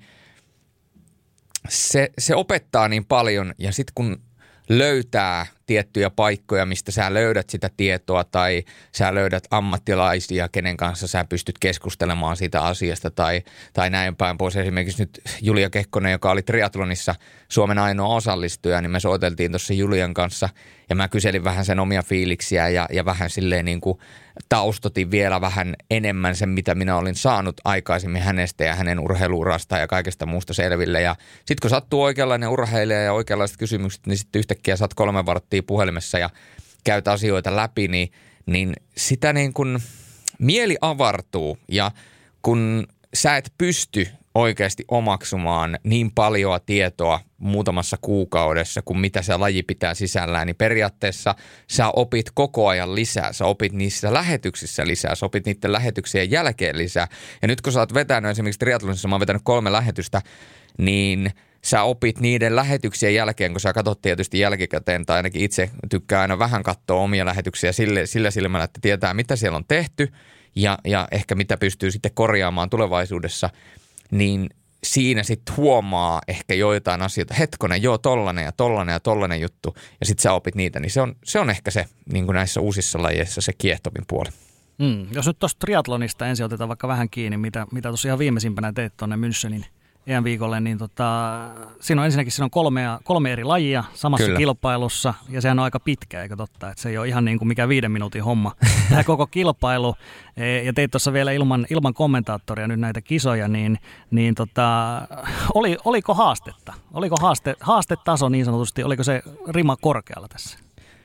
se, se opettaa niin paljon ja sitten kun löytää tiettyjä paikkoja, mistä sä löydät sitä tietoa tai sä löydät ammattilaisia, kenen kanssa sä pystyt keskustelemaan siitä asiasta tai, tai näin päin pois. Esimerkiksi nyt Julia Kekkonen, joka oli triathlonissa Suomen ainoa osallistuja, niin me soiteltiin tuossa Julian kanssa ja mä kyselin vähän sen omia fiiliksiä ja, ja vähän silleen niin kuin taustotin vielä vähän enemmän sen, mitä minä olin saanut aikaisemmin hänestä ja hänen urheiluurasta ja kaikesta muusta selville. Ja sitten kun sattuu oikeanlainen urheilija ja oikeanlaiset kysymykset, niin sitten yhtäkkiä saat kolme varttia puhelimessa ja käyt asioita läpi, niin, niin sitä niin kuin mieli avartuu ja kun sä et pysty oikeasti omaksumaan niin paljon tietoa muutamassa kuukaudessa, kuin mitä se laji pitää sisällään, niin periaatteessa sä opit koko ajan lisää. Sä opit niissä lähetyksissä lisää, sä opit niiden lähetyksien jälkeen lisää. Ja nyt kun sä oot vetänyt esimerkiksi triathlonissa, mä oon vetänyt kolme lähetystä, niin sä opit niiden lähetyksien jälkeen, kun sä katsot tietysti jälkikäteen, tai ainakin itse tykkää aina vähän katsoa omia lähetyksiä sille, sillä silmällä, että tietää, mitä siellä on tehty ja, ja ehkä mitä pystyy sitten korjaamaan tulevaisuudessa, niin siinä sitten huomaa ehkä joitain asioita. Hetkonen, joo, tollanen ja tollanen ja tollanen juttu, ja sitten sä opit niitä, niin se on, se on ehkä se niin kuin näissä uusissa lajeissa se kiehtovin puoli. Mm, jos nyt tuosta triathlonista ensin otetaan vaikka vähän kiinni, mitä, mitä tosiaan viimeisimpänä teet tuonne Münchenin E M-viikolle, niin tota, siinä on ensinnäkin siinä on kolme, kolme eri lajia samassa Kyllä. kilpailussa, ja sehän on aika pitkä, eikö totta, että se ei ole ihan niin kuin mikä viiden minuutin homma. Tämä koko kilpailu, ja teit tuossa vielä ilman, ilman kommentaattoria nyt näitä kisoja, niin, niin tota, oli, oliko haastetta? Oliko haaste, haastetaso niin sanotusti, oliko se rima korkealla tässä?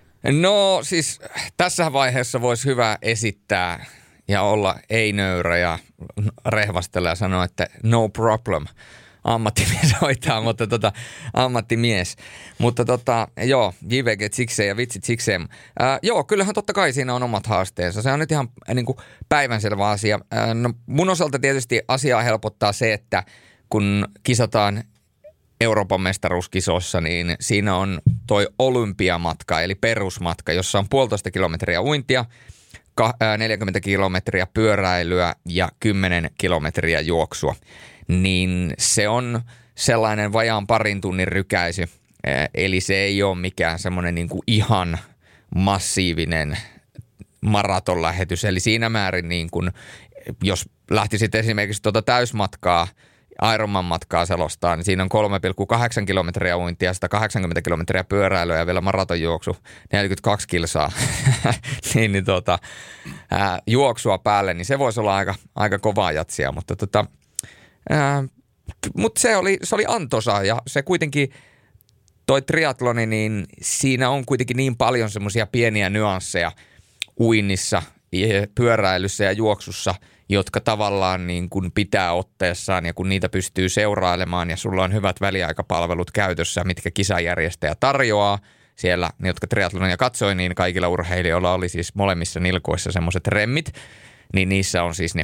No siis tässä vaiheessa voisi hyvä esittää ja olla ei-nöyrä ja rehvastella ja sanoa, että no problem. Ammattimies hoitaa, mutta tota, ammattimies. Mutta tota, joo, J V G sikseen ja vitsit sikseen. Ää, joo, kyllähän totta kai siinä on omat haasteensa. Se on nyt ihan äh, niin kuin päivänselvä asia. Ää, no, mun osalta tietysti asiaa helpottaa se, että kun kisataan Euroopan mestaruuskisossa, niin siinä on toi olympiamatka, eli perusmatka, jossa on puolitoista kilometriä uintia, neljäkymmentä kilometriä pyöräilyä ja kymmenen kilometriä juoksua. Niin se on sellainen vajaan parin tunnin rykäisy, eli se ei ole mikään semmoinen niin kuin ihan massiivinen maratonlähetys. Eli siinä määrin, niin kuin, jos lähtisit esimerkiksi tuota täysmatkaa, Ironman matkaa selostaa, niin siinä on kolme pilkku kahdeksan kilometriä uintia, sata kahdeksankymmentä kilometriä pyöräilyä ja vielä maratonjuoksu, neljäkymmentäkaksi kilsaa niin, niin tota, ää, juoksua päälle, niin se voisi olla aika, aika kovaa jatsia, mutta tota, ää, mut se, oli, se oli antoisa ja se kuitenkin, toi triathloni, niin siinä on kuitenkin niin paljon semmoisia pieniä nyansseja uinnissa, pyöräilyssä ja juoksussa, jotka tavallaan niin kuin pitää otteessaan ja kun niitä pystyy seurailemaan ja sulla on hyvät väliaikapalvelut käytössä, mitkä kisajärjestäjä tarjoaa siellä, ne jotka triathlonia katsoi, niin kaikilla urheilijoilla oli siis molemmissa nilkoissa semmoiset remmit, niin niissä on siis ne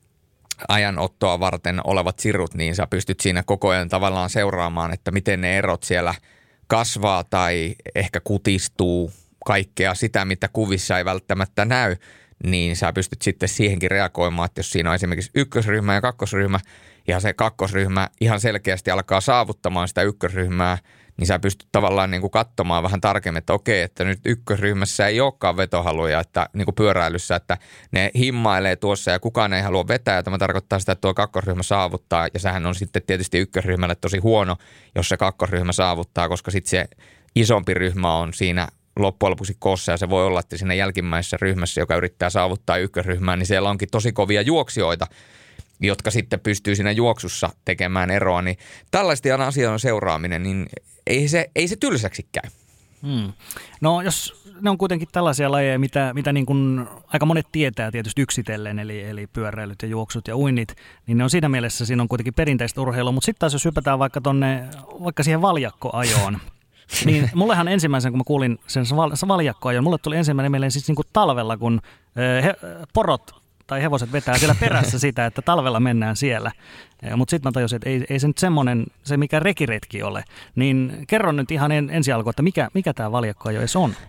ajanottoa varten olevat sirut, niin sä pystyt siinä koko ajan tavallaan seuraamaan, että miten ne erot siellä kasvaa tai ehkä kutistuu, kaikkea sitä, mitä kuvissa ei välttämättä näy, niin sä pystyt sitten siihenkin reagoimaan, että jos siinä on esimerkiksi ykkösryhmä ja kakkosryhmä, ja se kakkosryhmä ihan selkeästi alkaa saavuttamaan sitä ykkösryhmää, niin sä pystyt tavallaan niin kuin katsomaan vähän tarkemmin, että okei, että nyt ykkösryhmässä ei olekaan vetohaluja, että niin kuin pyöräilyssä, että ne himmailee tuossa ja kukaan ei halua vetää, ja tämä tarkoittaa sitä, että tuo kakkosryhmä saavuttaa, ja sehän on sitten tietysti ykkösryhmälle tosi huono, jos se kakkosryhmä saavuttaa, koska sitten se isompi ryhmä on siinä loppujen lopuksi koossa, ja se voi olla, että siinä jälkimmäisessä ryhmässä, joka yrittää saavuttaa ykkösryhmää, niin siellä onkin tosi kovia juoksijoita, jotka sitten pystyy siinä juoksussa tekemään eroa, niin tällaisten asioiden seuraaminen, niin ei se, ei se tylsäksi käy. Hmm. No jos ne on kuitenkin tällaisia lajeja, mitä, mitä niin kuin aika monet tietää tietysti yksitellen, eli, eli pyöräilyt ja juoksut ja uinnit, niin ne on siinä mielessä, siinä on kuitenkin perinteistä urheilua, mutta sitten taas jos hypätään vaikka, tonne, vaikka siihen valjakkoajoon, niin mullehan ensimmäisen, kun mä kuulin sen valjakkoajon, mulle tuli ensimmäinen mieleen siis niin kuin talvella, kun he, porot tai hevoset vetää siellä perässä sitä, että talvella mennään siellä. Mutta sitten mä tajusin, että ei, ei se nyt semmoinen, se mikä rekiretki ole. Niin kerron nyt ihan en, ensi alkuun, että mikä, mikä tämä valjakkoajo edes on?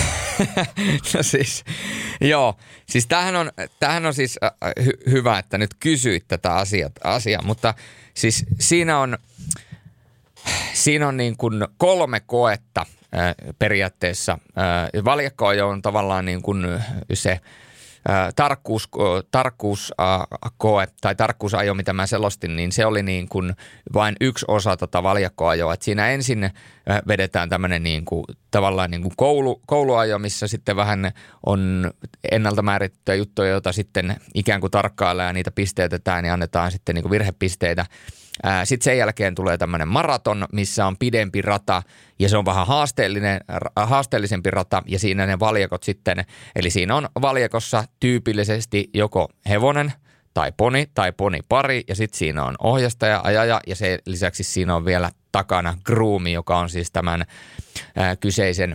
No siis, joo. Siis tämähän on, tämähän on siis hy, hyvä, että nyt kysyit tätä asiat, asiaa, mutta siis siinä on, siinä on niin kuin kolme koetta äh, periaatteessa. Äh, valjakkoajo on tavallaan niin kuin se Tarkkuus, tarkkuuskoe tai tarkkuusajo, mitä mä selostin, niin se oli niin kuin vain yksi osa tota valjakkoajoa. Et siinä ensin vedetään tämmöinen niin kuin, tavallaan niin kuin koulu, kouluajo, missä sitten vähän on ennalta määrittyjä juttuja, joita sitten ikään kuin tarkkaillaan ja niitä pisteytetään ja annetaan sitten niin kuin virhepisteitä. Sitten sen jälkeen tulee tämmöinen maraton, missä on pidempi rata ja se on vähän haasteellinen, haasteellisempi rata ja siinä ne valjakot sitten, eli siinä on valjakossa tyypillisesti joko hevonen tai poni tai ponipari ja sitten siinä on ohjastaja, ajaja ja se lisäksi siinä on vielä takana groomi, joka on siis tämän ää, kyseisen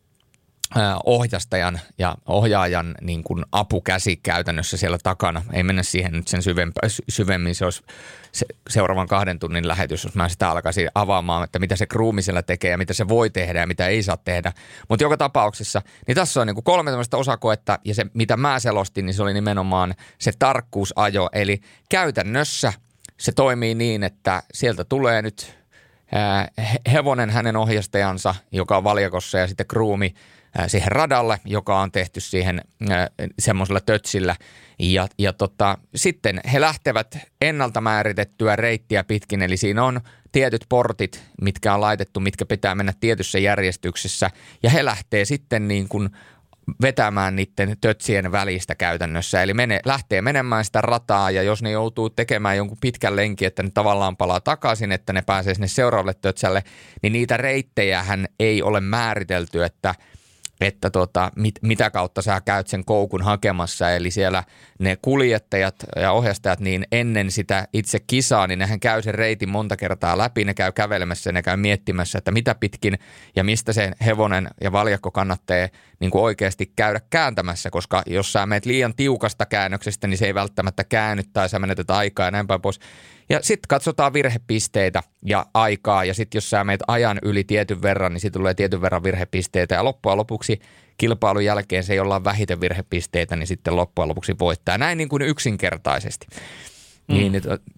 ää, ohjastajan ja ohjaajan niin kuin apukäsi käytännössä siellä takana. Ei mennä siihen nyt sen syvempä, syvemmin, se olisi se, seuraavan kahden tunnin lähetys, jos mä sitä alkaisin avaamaan, että mitä se groomi siellä tekee ja mitä se voi tehdä ja mitä ei saa tehdä. Mutta joka tapauksessa, niin tässä on niin kuin kolme tämmöistä osakoetta ja se mitä mä selostin, niin se oli nimenomaan se tarkkuusajo. Eli käytännössä se toimii niin, että sieltä tulee nyt ää, hevonen hänen ohjastajansa, joka on valjakossa ja sitten groomi siihen radalle, joka on tehty siihen äh, semmoisella tötsillä. Ja, ja tota, sitten he lähtevät ennalta määritettyä reittiä pitkin, eli siinä on tietyt portit, mitkä on laitettu, mitkä pitää mennä tietyssä järjestyksessä. Ja he lähtee sitten niin kuin vetämään niiden tötsien välistä käytännössä. Eli mene, lähtee menemään sitä rataa ja jos ne joutuu tekemään jonkun pitkän lenkin, että ne tavallaan palaa takaisin, että ne pääsee sinne seuraavalle tötsälle, niin niitä reittejähän ei ole määritelty, että että tota, mit, mitä kautta sä käyt sen koukun hakemassa. Eli siellä ne kuljettajat ja ohjastajat niin ennen sitä itse kisaa, niin nehän käy sen reitin monta kertaa läpi. Ne käy kävelemässä ja ne käy miettimässä, että mitä pitkin ja mistä se hevonen ja valjakko kannattaa niin kuin oikeasti käydä kääntämässä. Koska jos sä menet liian tiukasta käännöksestä, niin se ei välttämättä käänny tai sä menetät aikaa ja näin päin pois. Ja sitten katsotaan virhepisteitä ja aikaa ja sitten jos sä meet ajan yli tietyn verran, niin siitä tulee tietyn verran virhepisteitä ja loppujen lopuksi kilpailun jälkeen se, jolla on vähiten virhepisteitä, niin sitten loppujen lopuksi voittaa. Näin niin kuin yksinkertaisesti. Mm. Niin,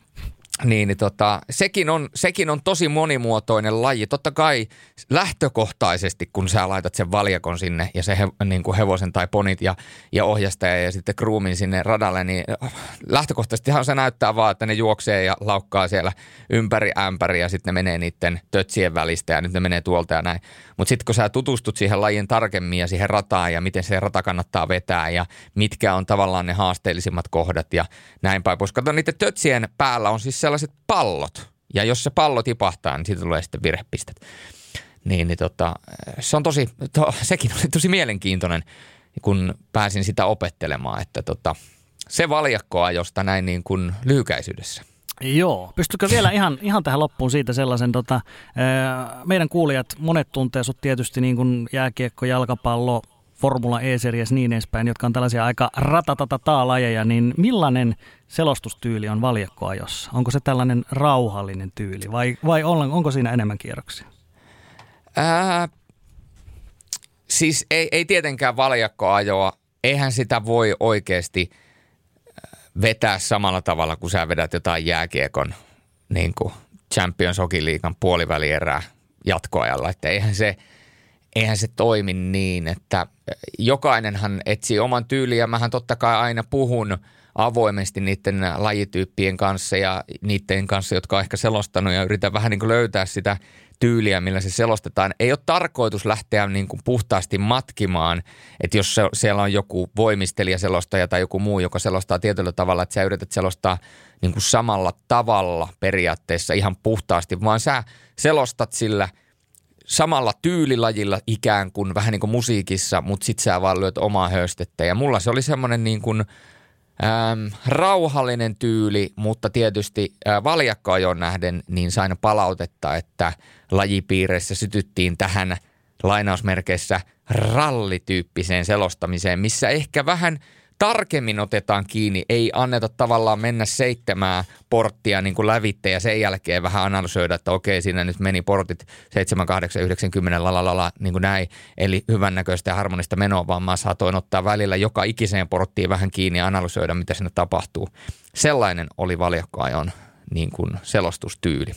niin, niin tota, sekin, on, sekin on tosi monimuotoinen laji. Totta kai lähtökohtaisesti, kun sä laitat sen valjakon sinne ja se he, niin kuin hevosen tai ponit ja, ja ohjastaja ja sitten groomin sinne radalle, niin lähtökohtaisestihan se näyttää vaan, että ne juoksee ja laukkaa siellä ympäri ämpäri ja sitten ne menee niiden tötsien välistä ja nyt ne menee tuolta ja näin. Mutta sitten kun sä tutustut siihen lajin tarkemmin ja siihen rataan ja miten se rata kannattaa vetää ja mitkä on tavallaan ne haasteellisimmat kohdat ja näin päin pois. Kato, niiden tötsien päällä on siis sellaiset pallot ja jos se pallo tipahtaa, niin siitä tulee sitten virhepistet. Niin, niin tota, se on tosi, to, sekin oli tosi mielenkiintoinen, kun pääsin sitä opettelemaan, että tota, se valjakkoajosta näin niin kuin lyhykäisyydessä. Joo. Pystykö vielä ihan, ihan tähän loppuun siitä sellaisen, tota, meidän kuulijat, monet tuntee sut tietysti niin kuin jääkiekko, jalkapallo, Formula E-series niin edespäin, jotka on tällaisia aika ratatatataa-lajeja, niin millainen selostustyyli on valjakkoajossa? Onko se tällainen rauhallinen tyyli vai, vai onko siinä enemmän kierroksia? Ää, siis ei, ei tietenkään valjakkoajoa, eihän sitä voi oikeasti vetää samalla tavalla, kun sä vedät jotain jääkiekon niin kuin Champions Hockey Leaguean puolivälierää jatkoajalla, että eihän se, eihän se toimi niin, että jokainenhan etsii oman tyyliin ja mähän totta kai aina puhun avoimesti niiden lajityyppien kanssa ja niiden kanssa, jotka on ehkä selostanut ja yritän vähän niin kuin löytää sitä tyyliä, millä se selostetaan. Ei ole tarkoitus lähteä niin kuin puhtaasti matkimaan, että jos se, siellä on joku voimistelijaselostaja tai joku muu, joka selostaa tietyllä tavalla, että sä yrität selostaa niin kuin samalla tavalla periaatteessa ihan puhtaasti, vaan sä selostat sillä samalla tyylilajilla ikään kuin vähän niin kuin musiikissa, mutta sit sä vaan lyöt omaa höystettä. Ja mulla se oli semmoinen niin kuin Ähm, rauhallinen tyyli, mutta tietysti äh, valjakkoajon nähden niin sain palautetta, että lajipiireissä sytyttiin tähän lainausmerkeissä rallityyppiseen selostamiseen, missä ehkä vähän tarkemmin otetaan kiinni, ei anneta tavallaan mennä seitsemää porttia niin kuin lävitte ja sen jälkeen vähän analysoida, että okei, siinä nyt meni portit seitsemän, kahdeksan, yhdeksän, kymmenen, lalalala, niin kuin näin. Eli hyvännäköistä ja harmonista menoa, vaan mä saatoin ottaa välillä joka ikiseen porttiin vähän kiinni ja analysoida, mitä siinä tapahtuu. Sellainen oli valjakkoajon niin kuin selostustyyli.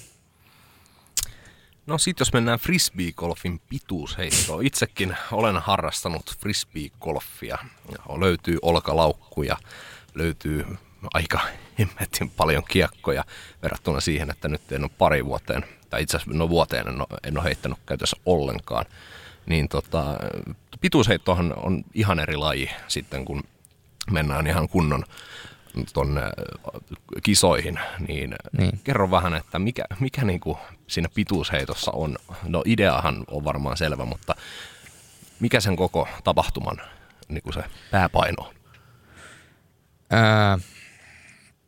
No sit jos mennään frisbee-golfin pituusheittoon. Itsekin olen harrastanut frisbee-golfia. Löytyy olkalaukkuja, löytyy aika hemmetin paljon kiekkoja verrattuna siihen, että nyt en ole pari vuoteen, tai itse asiassa no vuoteen en ole, en ole heittänyt käytössä ollenkaan. Niin tota, pituusheittohan on ihan eri laji sitten, kun mennään ihan kunnon tuonne kisoihin, niin, niin kerro vähän, että mikä, mikä niinku siinä pituusheitossa on. No ideahan on varmaan selvä, mutta mikä sen koko tapahtuman niinku se pääpaino on? Ää,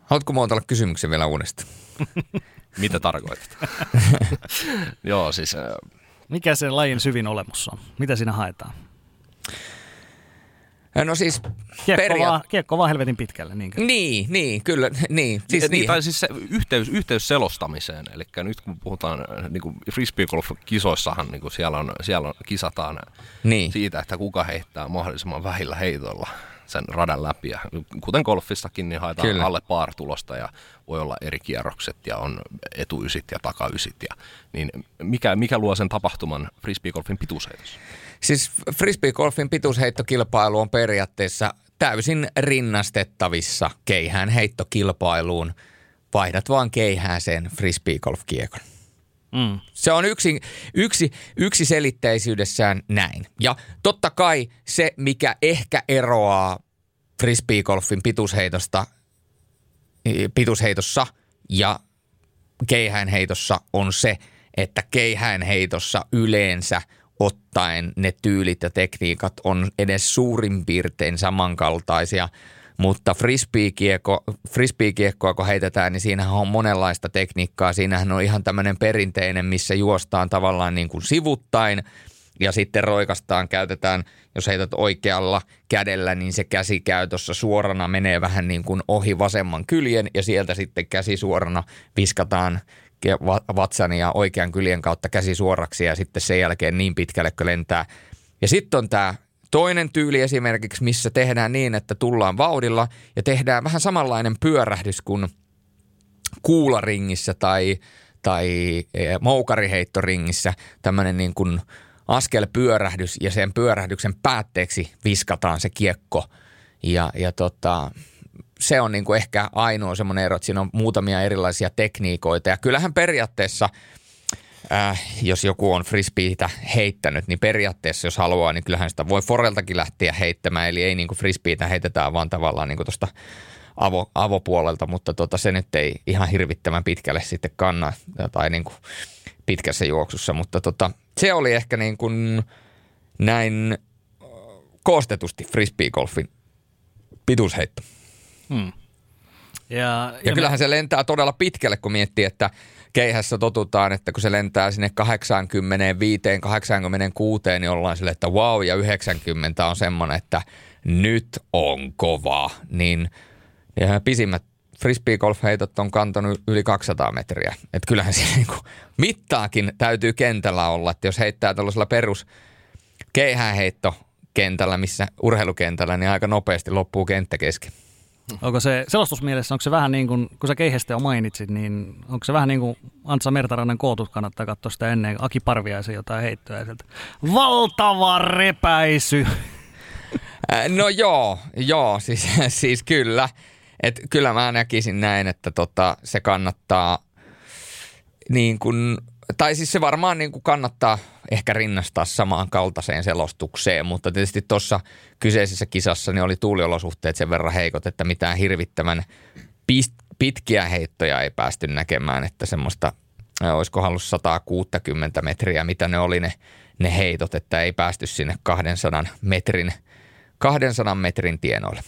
Haluatko muotoilla kysymyksen vielä uudestaan? Mitä tarkoitat? Joo, siis... Mikä se lajin syvin olemus on? Mitä siinä haetaan? No siis... Kiekko, peria- vaan, kiekko vaan helvetin pitkälle, niinkö? Niin, niin, kyllä, niin. Siis niin, niin. Tai siis se yhteys, yhteys selostamiseen, eli nyt kun puhutaan niin kuin frisbeegolf-kisoissahan, niin kuin siellä, on, siellä on, kisataan niin. siitä, että kuka heittää mahdollisimman vähillä heitoilla sen radan läpi. Ja kuten golfissakin, niin haetaan Kyllä. alle par-tulosta ja voi olla eri kierrokset ja on etuysit ja takaysit. Ja, niin mikä, mikä luo sen tapahtuman frisbeegolfin pituusheitossa? Siis frisbeegolfin pituusheittokilpailu on periaatteessa täysin rinnastettavissa keihään heittokilpailuun. Vaihdat vaan keihääseen frisbeegolf-kiekon. Mm. Se on yksi, yksi, yksi selitteisyydessään näin. Ja totta kai se, mikä ehkä eroaa frisbeegolfin pituusheitosta, pituusheitossa ja keihäänheitossa on se, että keihäänheitossa yleensä ottaen ne tyylit ja tekniikat on edes suurin piirtein samankaltaisia, mutta frisbeekiekko, frisbeekiekkoa kun heitetään, niin siinähän on monenlaista tekniikkaa. Siinähän on ihan tämmöinen perinteinen, missä juostaan tavallaan niin kuin sivuttain ja sitten roikastaan, käytetään, jos heität oikealla kädellä, niin se käsi käy tuossa suorana, menee vähän niin kuin ohi vasemman kyljen ja sieltä sitten käsi suorana viskataan vatsan ja oikean kyljen kautta käsi suoraksi ja sitten sen jälkeen niin pitkälle, kun lentää. Ja sitten on tämä toinen tyyli esimerkiksi, missä tehdään niin, että tullaan vauhdilla ja tehdään vähän samanlainen pyörähdys kuin kuularingissä tai, tai moukariheittoringissä, tämmöinen niin kuin askelpyörähdys ja sen pyörähdyksen päätteeksi viskataan se kiekko ja, ja tota... Se on niin kuin ehkä ainoa semmoinen ero, että siinä on muutamia erilaisia tekniikoita. Ja kyllähän periaatteessa, äh, jos joku on frisbeetä heittänyt, niin periaatteessa jos haluaa, niin kyllähän sitä voi foreltakin lähteä heittämään. Eli ei niin kuin frisbeetä heitetään vaan tavallaan niin kuin tuosta avo, avopuolelta, mutta tota, se nyt ei ihan hirvittävän pitkälle sitten kanna tai niin kuin pitkässä juoksussa. Mutta tota, se oli ehkä niin kuin näin koostetusti frisbeegolfin pituusheitto. Hmm. Ja, ja, ja kyllähän me... se lentää todella pitkälle, kun miettii, että keihässä totutaan, että kun se lentää sinne kahdeksankymmentäviisi kahdeksankymmentäkuusi, niin ollaan sille, että vau, ja yhdeksänkymmentä on semmoinen, että nyt on kova. Niin ja pisimmät frisbeegolf-heitot on kantanut yli kaksisataa metriä. Että kyllähän se niin kuin mittaakin täytyy kentällä olla, että jos heittää tällaisella perus keihäänheittokentällä, missä urheilukentällä, niin aika nopeasti loppuu kenttä kesken. Onko se selostusmielessä, onko se vähän niin kuin, kun sä keihästä jo mainitsit, niin onko se vähän niin kuin Antsa Mertarannan kootut, kannattaa katsoa sitä ennen Aki Parviaisen jotain heittoja sieltä. Valtava repäisy! No joo, joo, siis, siis kyllä. Et kyllä mä näkisin näin, että tota, se kannattaa niin kuin, tai siis se varmaan niin kuin kannattaa ehkä rinnastaa samaan kaltaiseen selostukseen, mutta tietysti tuossa kyseisessä kisassa niin oli tuuliolosuhteet sen verran heikot, että mitään hirvittävän pitkiä heittoja ei päästy näkemään, että semmoista, olisiko hallut sata kuusikymmentä metriä, mitä ne oli ne, ne heitot, että ei päästy sinne kahdensadan metrin, kahdensadan metrin tienoille.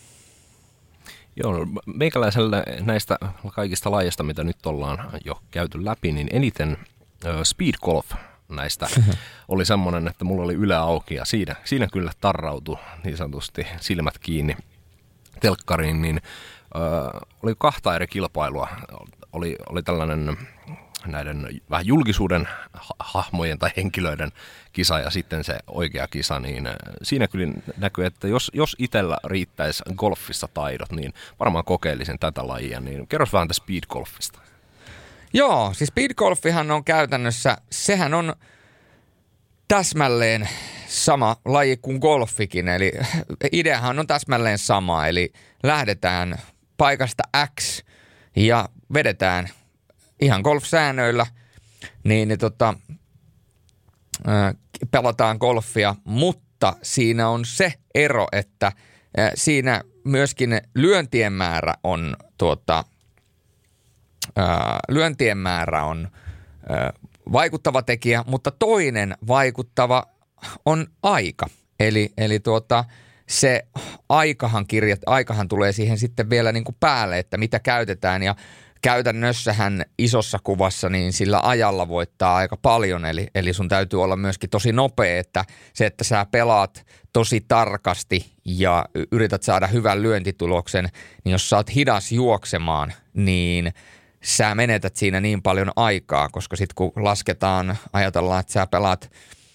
Joo, meikäläisellä näistä kaikista lajeista, mitä nyt ollaan jo käyty läpi, niin eniten ö, speed golf näistä oli semmoinen, että mulla oli yle auki ja siinä, siinä kyllä tarrautui niin sanotusti silmät kiinni telkkariin, niin ö, oli kahta eri kilpailua. Oli, oli tällainen näiden vähän julkisuuden hahmojen tai henkilöiden kisa ja sitten se oikea kisa, niin siinä kyllä näkyy, että jos, jos itsellä riittäisi golfissa taidot, niin varmaan kokeilisin tätä lajia, niin kerros vähän tästä speed golfista. Joo, siis speed golfihan on käytännössä, sehän on täsmälleen sama laji kuin golfikin, eli ideahan on täsmälleen sama, eli lähdetään paikasta X ja vedetään ihan golfsäännöillä, niin, niin tota, ää, pelataan golfia, mutta siinä on se ero, että ää, siinä myöskin lyöntien määrä on, tuota, ää, lyöntien määrä on ää, vaikuttava tekijä, mutta toinen vaikuttava on aika. Eli, eli tuota, se aikahan kirjat, aikahan tulee siihen sitten vielä niin kuin päälle, että mitä käytetään ja käytännössähän isossa kuvassa niin sillä ajalla voittaa aika paljon, eli, eli sun täytyy olla myöskin tosi nopea, että se, että sä pelaat tosi tarkasti ja yrität saada hyvän lyöntituloksen, niin jos sä oot hidas juoksemaan, niin sä menetät siinä niin paljon aikaa, koska sitten kun lasketaan, ajatellaan, että sä pelaat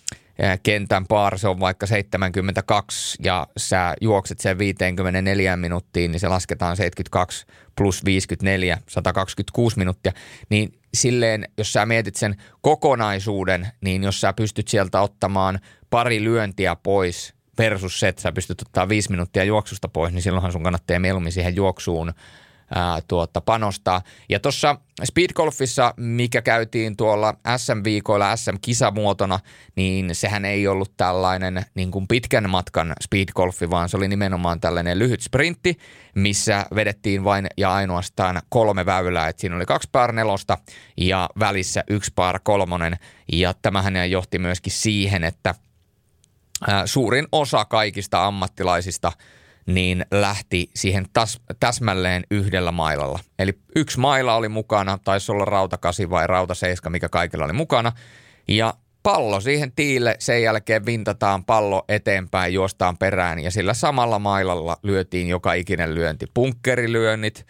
kentän par, se on vaikka seitsemänkymmentäkaksi ja sä juokset sen viisikymmentäneljä minuuttiin, niin se lasketaan seitsemänkymmentäkaksi plus viisikymmentäneljä, sata kaksikymmentäkuusi minuuttia. Niin silleen, jos sä mietit sen kokonaisuuden, niin jos sä pystyt sieltä ottamaan pari lyöntiä pois versus se, että sä pystyt ottaa viisi minuuttia juoksusta pois, niin silloinhan sun kannattaa mieluummin siihen juoksuun Ää, tuota, panostaa. Ja tuossa speedgolfissa, mikä käytiin tuolla S M-viikoilla S M-kisamuotona, niin sehän ei ollut tällainen niin kuin pitkän matkan speedgolfi, vaan se oli nimenomaan tällainen lyhyt sprintti, missä vedettiin vain ja ainoastaan kolme väylää. Et siinä oli kaksi par nelosta ja välissä yksi par kolmonen. Ja tämähän johti myöskin siihen, että ää, suurin osa kaikista ammattilaisista niin lähti siihen täs, täsmälleen yhdellä mailalla. Eli yksi maila oli mukana, taisi olla rautakasi vai rautaseiska, mikä kaikilla oli mukana. Ja pallo siihen tiille, sen jälkeen vintataan pallo eteenpäin, juostaan perään ja sillä samalla mailalla lyötiin joka ikinen lyönti. Punkkerilyönnit,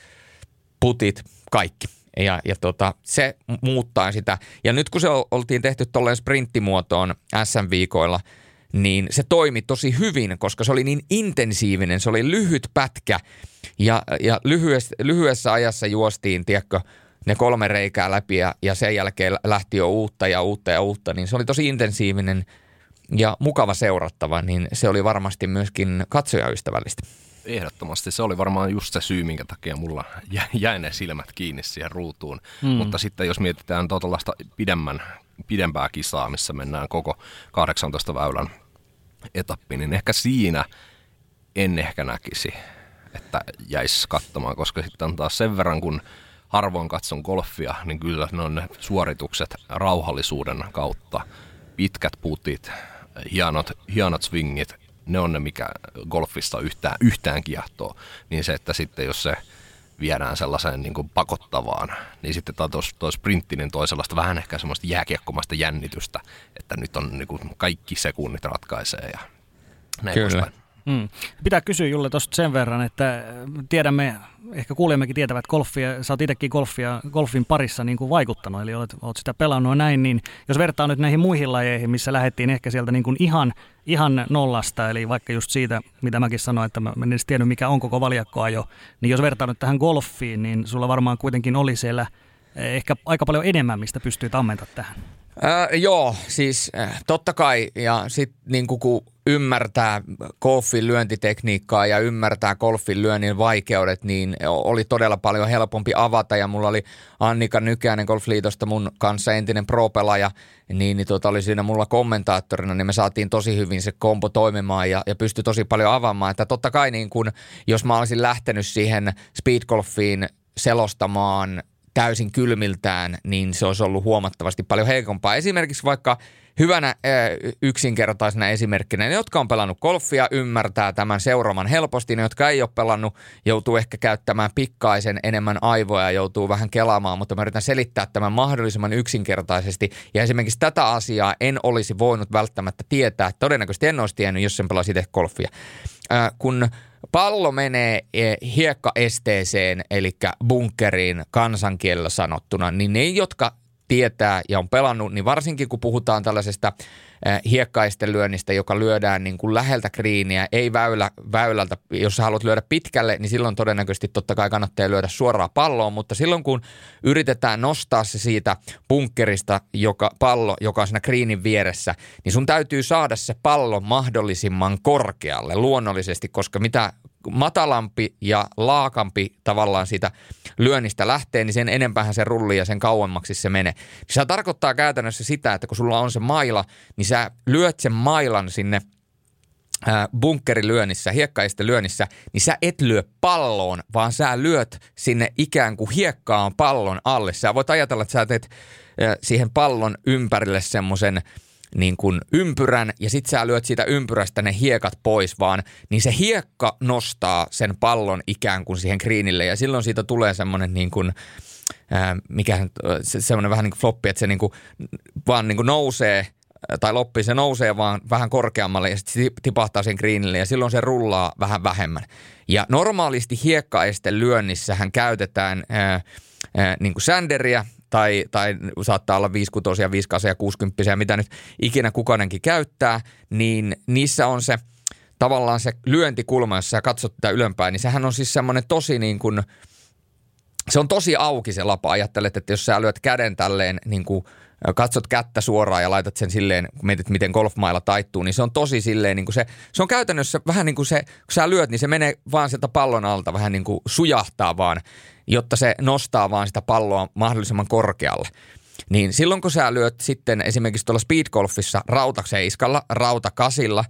putit, kaikki. Ja, ja tota, se muuttaa sitä. Ja nyt kun se oltiin tehty tolleen sprinttimuotoon S M-viikoilla, niin se toimi tosi hyvin, koska se oli niin intensiivinen, se oli lyhyt pätkä ja, ja lyhyessä, lyhyessä ajassa juostiin, tiedätkö, ne kolme reikää läpi ja, ja sen jälkeen lähti jo uutta ja uutta ja uutta, niin se oli tosi intensiivinen ja mukava seurattava, niin se oli varmasti myöskin katsojaystävällistä. Ehdottomasti. Se oli varmaan just se syy, minkä takia mulla jäi ne silmät kiinni siihen ruutuun. Mm. Mutta sitten jos mietitään tuollaista pidemmän, pidempää kisaa, missä mennään koko kahdeksantoista väylän etappi, niin ehkä siinä en ehkä näkisi, että jäisi katsomaan, koska sitten on taas sen verran, kun harvoin katson golfia, niin kyllä ne on ne suoritukset rauhallisuuden kautta, pitkät putit, hienot, hienot swingit, ne on ne, mikä golfista yhtään, yhtään kiehtoo, niin se, että sitten jos se viedään sellaiseen niin kuin pakottavaan, niin sitten tuo sprintti, niin toi sellaista vähän ehkä semmoista jääkiekkomaista jännitystä, että nyt on niin kuin kaikki sekunnit ratkaisee ja näin poispäin. Mm. Pitää kysyä Julle tuosta sen verran, että tiedämme, ehkä kuulijammekin tietävät golfia, sä oot itsekin golfia, golfin parissa niin kuin vaikuttanut, eli olet, olet sitä pelannut näin, niin jos vertaa nyt näihin muihin lajeihin, missä lähdettiin ehkä sieltä niin kuin ihan, ihan nollasta, eli vaikka just siitä, mitä mäkin sanoin, että mä en edes tiennyt mikä on koko valjakkoajo, niin jos vertaa nyt tähän golfiin, niin sulla varmaan kuitenkin oli siellä ehkä aika paljon enemmän, mistä pystyy ammentaa tähän. Äh, joo, siis äh, totta kai, ja sitten niin kun ymmärtää golfin lyöntitekniikkaa ja ymmärtää golfin lyönnin vaikeudet, niin oli todella paljon helpompi avata, ja mulla oli Annika Nykänen Golfliitosta mun kanssa entinen pro-pelaaja, niin, niin tuota oli siinä mulla kommentaattorina, niin me saatiin tosi hyvin se kombo toimimaan ja, ja pystyi tosi paljon avaamaan, että totta kai niin kun, jos mä olisin lähtenyt siihen speedgolfiin selostamaan täysin kylmiltään, niin se olisi ollut huomattavasti paljon heikompaa. Esimerkiksi vaikka hyvänä yksinkertaisena esimerkkinä, ne, jotka on pelannut golfia, ymmärtää tämän seuraavan helposti. Ne, jotka ei ole pelannut, joutuu ehkä käyttämään pikkaisen enemmän aivoja ja joutuu vähän kelaamaan, mutta mä yritän selittää tämän mahdollisimman yksinkertaisesti. Ja esimerkiksi tätä asiaa en olisi voinut välttämättä tietää. Todennäköisesti en olisi tiennyt, jos en pelasi itse golfia. Äh, kun pallo menee hiekkaesteeseen, eli bunkkeriin kansankielellä sanottuna, niin ne, jotka tietää ja on pelannut, niin varsinkin kun puhutaan tällaisesta hiekkaisten lyönnistä, joka lyödään niin kuin läheltä kriiniä, ei väylä, väylältä, jos sä haluat lyödä pitkälle, niin silloin todennäköisesti totta kai kannattaa lyödä suoraan palloon, mutta silloin kun yritetään nostaa se siitä bunkkerista, joka, pallo, joka on siinä kriinin vieressä, niin sun täytyy saada se pallo mahdollisimman korkealle luonnollisesti, koska mitä matalampi ja laakampi tavallaan siitä lyönnistä lähtee, niin sen enempähän se rullii ja sen kauemmaksi se menee. Se tarkoittaa käytännössä sitä, että kun sulla on se maila, niin sä lyöt sen mailan sinne äh, bunkkerilyönnissä, hiekkaisten lyönnissä, niin sä et lyö palloon, vaan sä lyöt sinne ikään kuin hiekkaan pallon alle. Sä voit ajatella, että sä teet äh, siihen pallon ympärille semmoisen niin kuin ympyrän ja sit sä lyöt siitä ympyrästä ne hiekat pois vaan, niin se hiekka nostaa sen pallon ikään kuin siihen greenille ja silloin siitä tulee semmoinen niin kuin, ää, mikä se, semmoinen vähän niin kuin floppi, että se niin kuin vaan niin kuin nousee tai loppi, se nousee vaan vähän korkeammalle ja sitten tipahtaa sen greenille ja silloin se rullaa vähän vähemmän. Ja normaalisti hiekkaesten lyönnissähän käytetään ää, ää, niin kuin sanderiä tai, tai saattaa olla viisikutosia, viisikasia, kuusikymppisiä, mitä nyt ikinä kukainenkin käyttää, niin niissä on se tavallaan se lyöntikulma, jos sä katsot tätä ylempään, niin sehän on siis semmoinen tosi niin kuin, se on tosi auki se lapa. Ajattelet, että jos sä lyöt käden tälleen niin kuin katsot kättä suoraan ja laitat sen silleen, kun mietit, miten golfmailla taittuu, niin se on tosi silleen, niin kuin se, se on käytännössä vähän niin kuin se, kun sä lyöt, niin se menee vaan sieltä pallon alta, vähän niin kuin sujahtaa vaan, jotta se nostaa vaan sitä palloa mahdollisimman korkealle. Niin silloin, kun sä lyöt sitten esimerkiksi tuolla speedgolfissa rautaseiskalla, rautakasilla,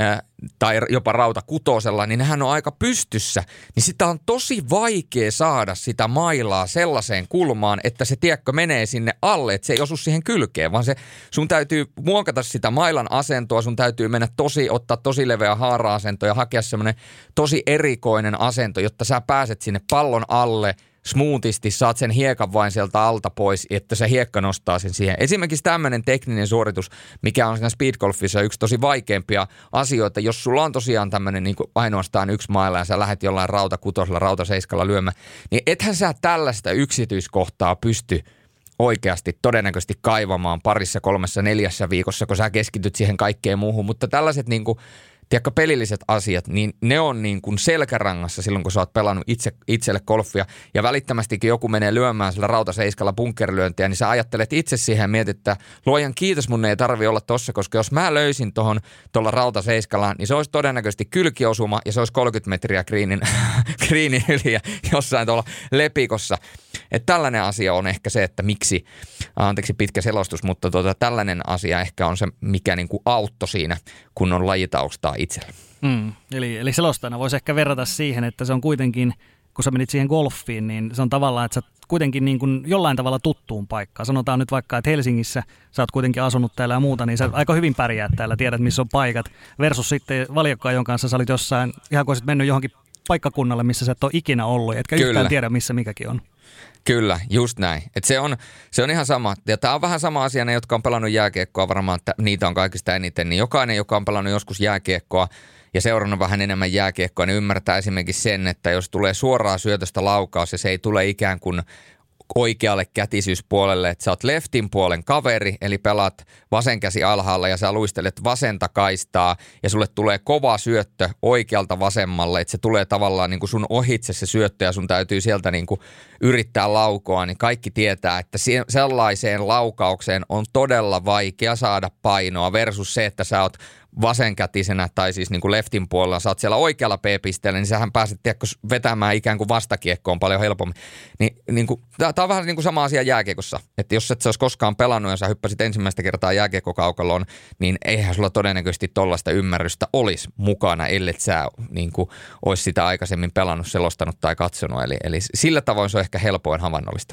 tai jopa rautakutosella, niin nehän on aika pystyssä, niin sitä on tosi vaikea saada sitä mailaa sellaiseen kulmaan, että se tiekkö menee sinne alle, että se ei osu siihen kylkeen, vaan se, sun täytyy muokata sitä mailan asentoa, sun täytyy mennä tosi, ottaa tosi leveä haara-asento ja hakea semmoinen tosi erikoinen asento, jotta sä pääset sinne pallon alle, smoothisti saat sen hiekan vain sieltä alta pois, että se hiekka nostaa sen siihen. Esimerkiksi tämmöinen tekninen suoritus, mikä on siinä speedgolfissa yksi tosi vaikeimpia asioita, jos sulla on tosiaan tämmöinen niin kuin ainoastaan yksi maila ja sä lähdet jollain rautakutosella, rautaseiskalla lyömään, niin ethän sä tällaista yksityiskohtaa pysty oikeasti todennäköisesti kaivamaan parissa, kolmessa, neljässä viikossa, kun sä keskityt siihen kaikkeen muuhun, mutta tällaiset niin kuin tiedätkö, pelilliset asiat, niin ne on niin kuin selkärangassa silloin, kun sä oot pelannut itse, itselle golfia. Ja välittömästikin joku menee lyömään sillä rautaseiskalla bunkerlyöntiä, niin sä ajattelet itse siihen ja mietit, että luojan kiitos, mun ei tarvi olla tossa, koska jos mä löysin tohon tuolla rautaseiskalla, niin se olisi todennäköisesti kylkiosuma ja se olisi kolmekymmentä metriä greenin, greenin yli ja jossain tuolla lepikossa. Että tällainen asia on ehkä se, että miksi, anteeksi pitkä selostus, mutta tuota, tällainen asia ehkä on se, mikä niin kuin auttoi siinä, kun on lajitaustaa itsellä. Mm, eli, eli selostajana voisi ehkä verrata siihen, että se on kuitenkin, kun sä menit siihen golfiin, niin se on tavallaan, että sä kuitenkin niin kuin jollain tavalla tuttuun paikkaan. Sanotaan nyt vaikka, että Helsingissä sä oot kuitenkin asunut täällä ja muuta, niin sä aika hyvin pärjäät täällä, tiedät missä on paikat, versus sitten Valjakkoajon kanssa sä olit jossain, ihan kun olisit mennyt johonkin paikkakunnalle, missä sä et ole ikinä ollut, etkä Kyllä. yhtään tiedä, missä mikäkin on. Kyllä, just näin. Et se, on, se on ihan sama. Ja tämä on vähän sama asia, ne, jotka on pelannut jääkiekkoa, varmaan että niitä on kaikista eniten. Niin jokainen, joka on pelannut joskus jääkiekkoa ja seurannut vähän enemmän jääkiekkoa, niin ymmärtää esimerkiksi sen, että jos tulee suoraan syötöstä laukaus ja se ei tule ikään kuin oikealle kätisyyspuolelle, että sä oot leftin puolen kaveri, eli pelaat vasen käsi alhaalla ja sä luistelet vasenta kaistaa ja sulle tulee kova syöttö oikealta vasemmalle, että se tulee tavallaan niin kuin sun ohitse se syöttö ja sun täytyy sieltä niin kuin yrittää laukoa, niin kaikki tietää, että sellaiseen laukaukseen on todella vaikea saada painoa versus se, että sä oot vasenkätisenä tai siis niin kuin leftin puolella, sä oot siellä oikealla P-pisteellä, niin sähän pääset tiedätkö, vetämään ikään kuin vastakiekkoon paljon helpommin. Niin, niin kuin, tää on vähän niin kuin sama asia jääkiekossa, että jos et sä olisi koskaan pelannut ja sä hyppäsit ensimmäistä kertaa jääkiekkokaukaloon, niin eihän sulla todennäköisesti tollaista ymmärrystä olisi mukana, ellei sä niin kuin, olisi sitä aikaisemmin pelannut, selostanut tai katsonut. Eli, eli sillä tavoin se on ehkä helpoin havainnollista.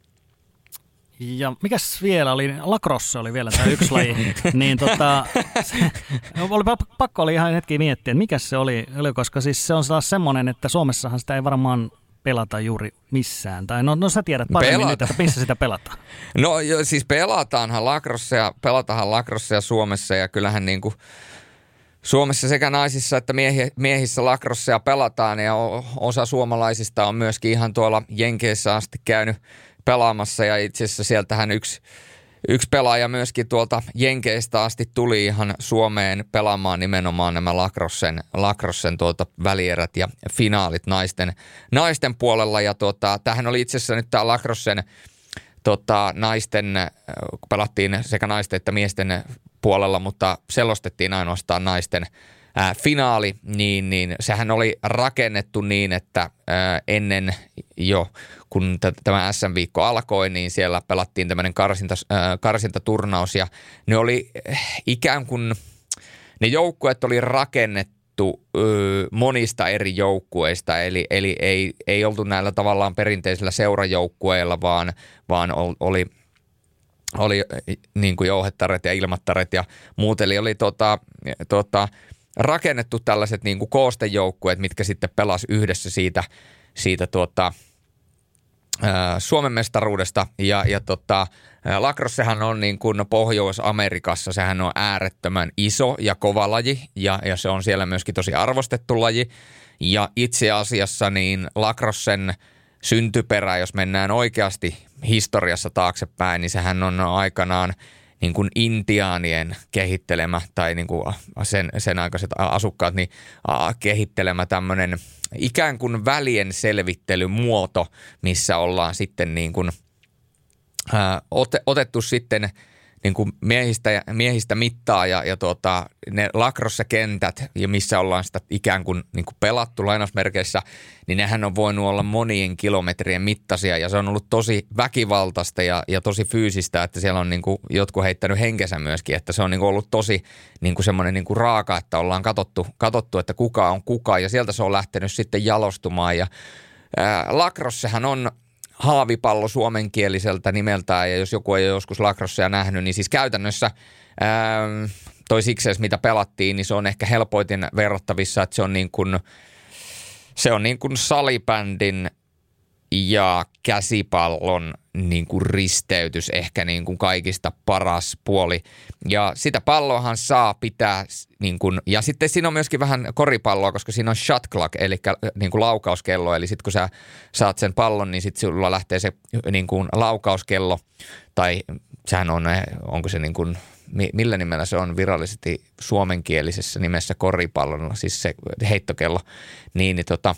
Ja mikäs vielä oli, lacrosse oli vielä tämä yksi laji, niin tota, se, oli pakko oli ihan hetki miettiä, että mikäs se oli, koska siis se on taas semmoinen, että Suomessahan sitä ei varmaan pelata juuri missään, tai no, no sä tiedät paremmin Pelata. nyt, että missä sitä pelataan. No jo, siis pelataanhan lacrossea, pelataanhan lacrossea Suomessa ja kyllähän niin kuin Suomessa sekä naisissa että miehi, miehissä lacrossea pelataan ja osa suomalaisista on myöskin ihan tuolla Jenkeissä asti käynyt pelaamassa ja itse asiassa sieltähän yksi, yksi pelaaja myöskin tuolta Jenkeistä asti tuli ihan Suomeen pelaamaan nimenomaan nämä lacrossen, lacrossen tuolta välierät ja finaalit naisten, naisten puolella ja tuota, tämähän oli itse asiassa nyt tämä lacrossen tota, naisten, pelattiin sekä naisten että miesten puolella, mutta selostettiin ainoastaan naisten ää, finaali, niin, niin sehän oli rakennettu niin, että ää, ennen jo kun t- tämä S M-viikko alkoi, niin siellä pelattiin tämmöinen karsinta, ää, karsintaturnaus ja ne oli ikään kuin, ne joukkueet oli rakennettu ö, monista eri joukkueista, eli, eli ei, ei oltu näillä tavallaan perinteisillä seurajoukkueilla, vaan, vaan oli oli niin kuin jouhettaret ja ilmattaret ja muut. Eli oli tota, tota, rakennettu tällaiset niin kuin koostejoukkueet, mitkä sitten pelasi yhdessä siitä, siitä tuota, ää, Suomen mestaruudesta. Ja, ja tota, lacrossehan on niin kuin Pohjois-Amerikassa, sehän on äärettömän iso ja kova laji ja, ja se on siellä myöskin tosi arvostettu laji. Ja itse asiassa niin lacrossen syntyperä, jos mennään oikeasti historiassa taaksepäin, niin sehän on aikanaan niin kuin intiaanien kehittelemä tai niin kuin sen, sen aikaiset asukkaat niin kehittelemä tämmöinen ikään kuin välien selvittelymuoto, missä ollaan sitten niin kuin ää, otettu sitten niin kuin miehistä, miehistä mittaa ja, ja tuota, ne lacrosse-kentät, ja missä ollaan sitä ikään kuin, niin kuin pelattu lainausmerkeissä, niin nehän on voinut olla monien kilometrien mittaisia ja se on ollut tosi väkivaltaista ja, ja tosi fyysistä, että siellä on niin kuin jotkut heittänyt henkensä myöskin, että se on niin kuin ollut tosi niin kuin semmoinen niin kuin raaka, että ollaan katsottu, katsottu, että kuka on kuka ja sieltä se on lähtenyt sitten jalostumaan ja ää, lacrossehan on haavipallo suomenkieliseltä nimeltään, ja jos joku ei ole joskus lacrossea nähnyt, niin siis käytännössä ää, toi Sixers, mitä pelattiin, niin se on ehkä helpoiten verrattavissa, että se on niin kuin, se on niin kuin salibändin ja käsipallon niin kuin risteytys ehkä niin kuin kaikista paras puoli. Ja sitä palloahan saa pitää niin kuin, ja sitten siinä on myöskin vähän koripalloa, koska siinä on shot clock, eli niin kuin laukauskello. Eli sitten kun sä saat sen pallon, niin sitten sulla lähtee se niin kuin laukauskello, tai sehän on, onko se niin kuin, millä nimellä se on virallisesti suomenkielisessä nimessä koripallolla, siis se heittokello, niin, niin tota,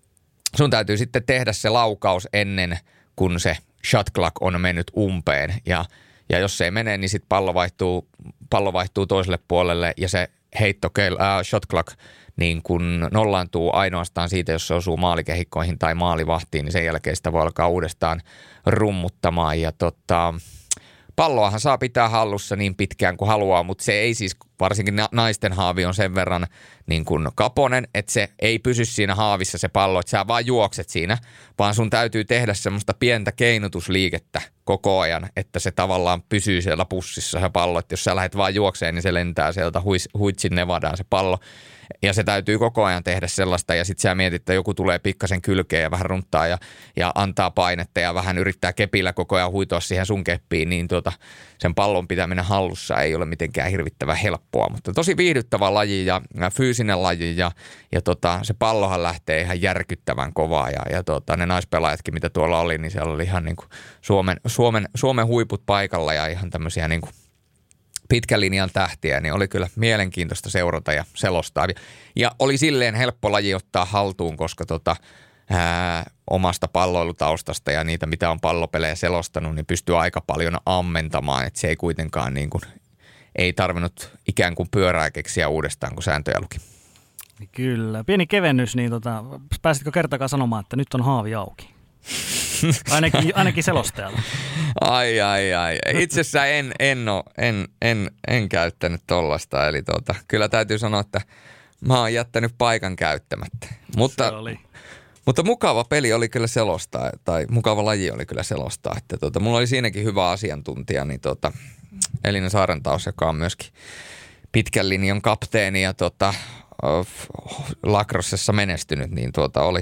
sun täytyy sitten tehdä se laukaus ennen kuin se shot clock on mennyt umpeen ja, ja jos se ei mene, niin sitten pallo vaihtuu, pallo vaihtuu toiselle puolelle ja se heittokello, äh, shot clock niin kun nollaantuu ainoastaan siitä, jos se osuu maalikehikkoihin tai maalivahtiin, niin sen jälkeen sitä voi alkaa uudestaan rummuttamaan ja tota, palloahan saa pitää hallussa niin pitkään kuin haluaa, mutta se ei siis, varsinkin naisten haavi on sen verran niin kuin kaponen, että se ei pysy siinä haavissa se pallo, että sä vaan juokset siinä, vaan sun täytyy tehdä semmoista pientä keinutusliikettä koko ajan, että se tavallaan pysyy siellä pussissa se pallo, että jos sä lähdet vaan juokseen, niin se lentää sieltä huis, huitsin Nevadaan se pallo. Ja se täytyy koko ajan tehdä sellaista ja sitten sä mietit, että joku tulee pikkasen kylkeen ja vähän runttaa ja, ja antaa painetta ja vähän yrittää kepillä koko ajan huitoa siihen sun keppiin, niin tuota, sen pallon pitäminen hallussa ei ole mitenkään hirvittävän helppoa. Mutta tosi viihdyttävä laji ja, ja fyysinen laji ja, ja tota, se pallohan lähtee ihan järkyttävän kovaa ja, ja tota, ne naispelaajatkin, mitä tuolla oli, niin siellä oli ihan niin kuin Suomen, Suomen, Suomen huiput paikalla ja ihan tämmöisiä niin kuin pitkän linjan tähtiä, niin oli kyllä mielenkiintoista seurata ja selostaa. Ja oli silleen helppo laji ottaa haltuun, koska tota, ää, omasta palloilutaustasta ja niitä, mitä on pallopelejä selostanut, niin pystyy aika paljon ammentamaan. Että se ei kuitenkaan niin kuin, ei tarvinnut ikään kuin pyörää keksiä uudestaan, kun sääntöjä luki. Kyllä. Pieni kevennys, niin tota, pääsitkö kertakaan sanomaan, että nyt on haavi auki? Ainakin, ainakin selostajalla. Ai, ai, ai. Itse asiassa en, en, ole, en, en, en käyttänyt tollasta. Eli tuota, kyllä täytyy sanoa, että mä oon jättänyt paikan käyttämättä. Mutta, mutta mukava peli oli kyllä selostaa, tai mukava laji oli kyllä selostaa. Että tuota, mulla oli siinäkin hyvä asiantuntija, niin tuota, Elina Saarentaus, joka on myöskin pitkän linjan kapteeni ja tuota, lacrossessa menestynyt, niin tuota oli,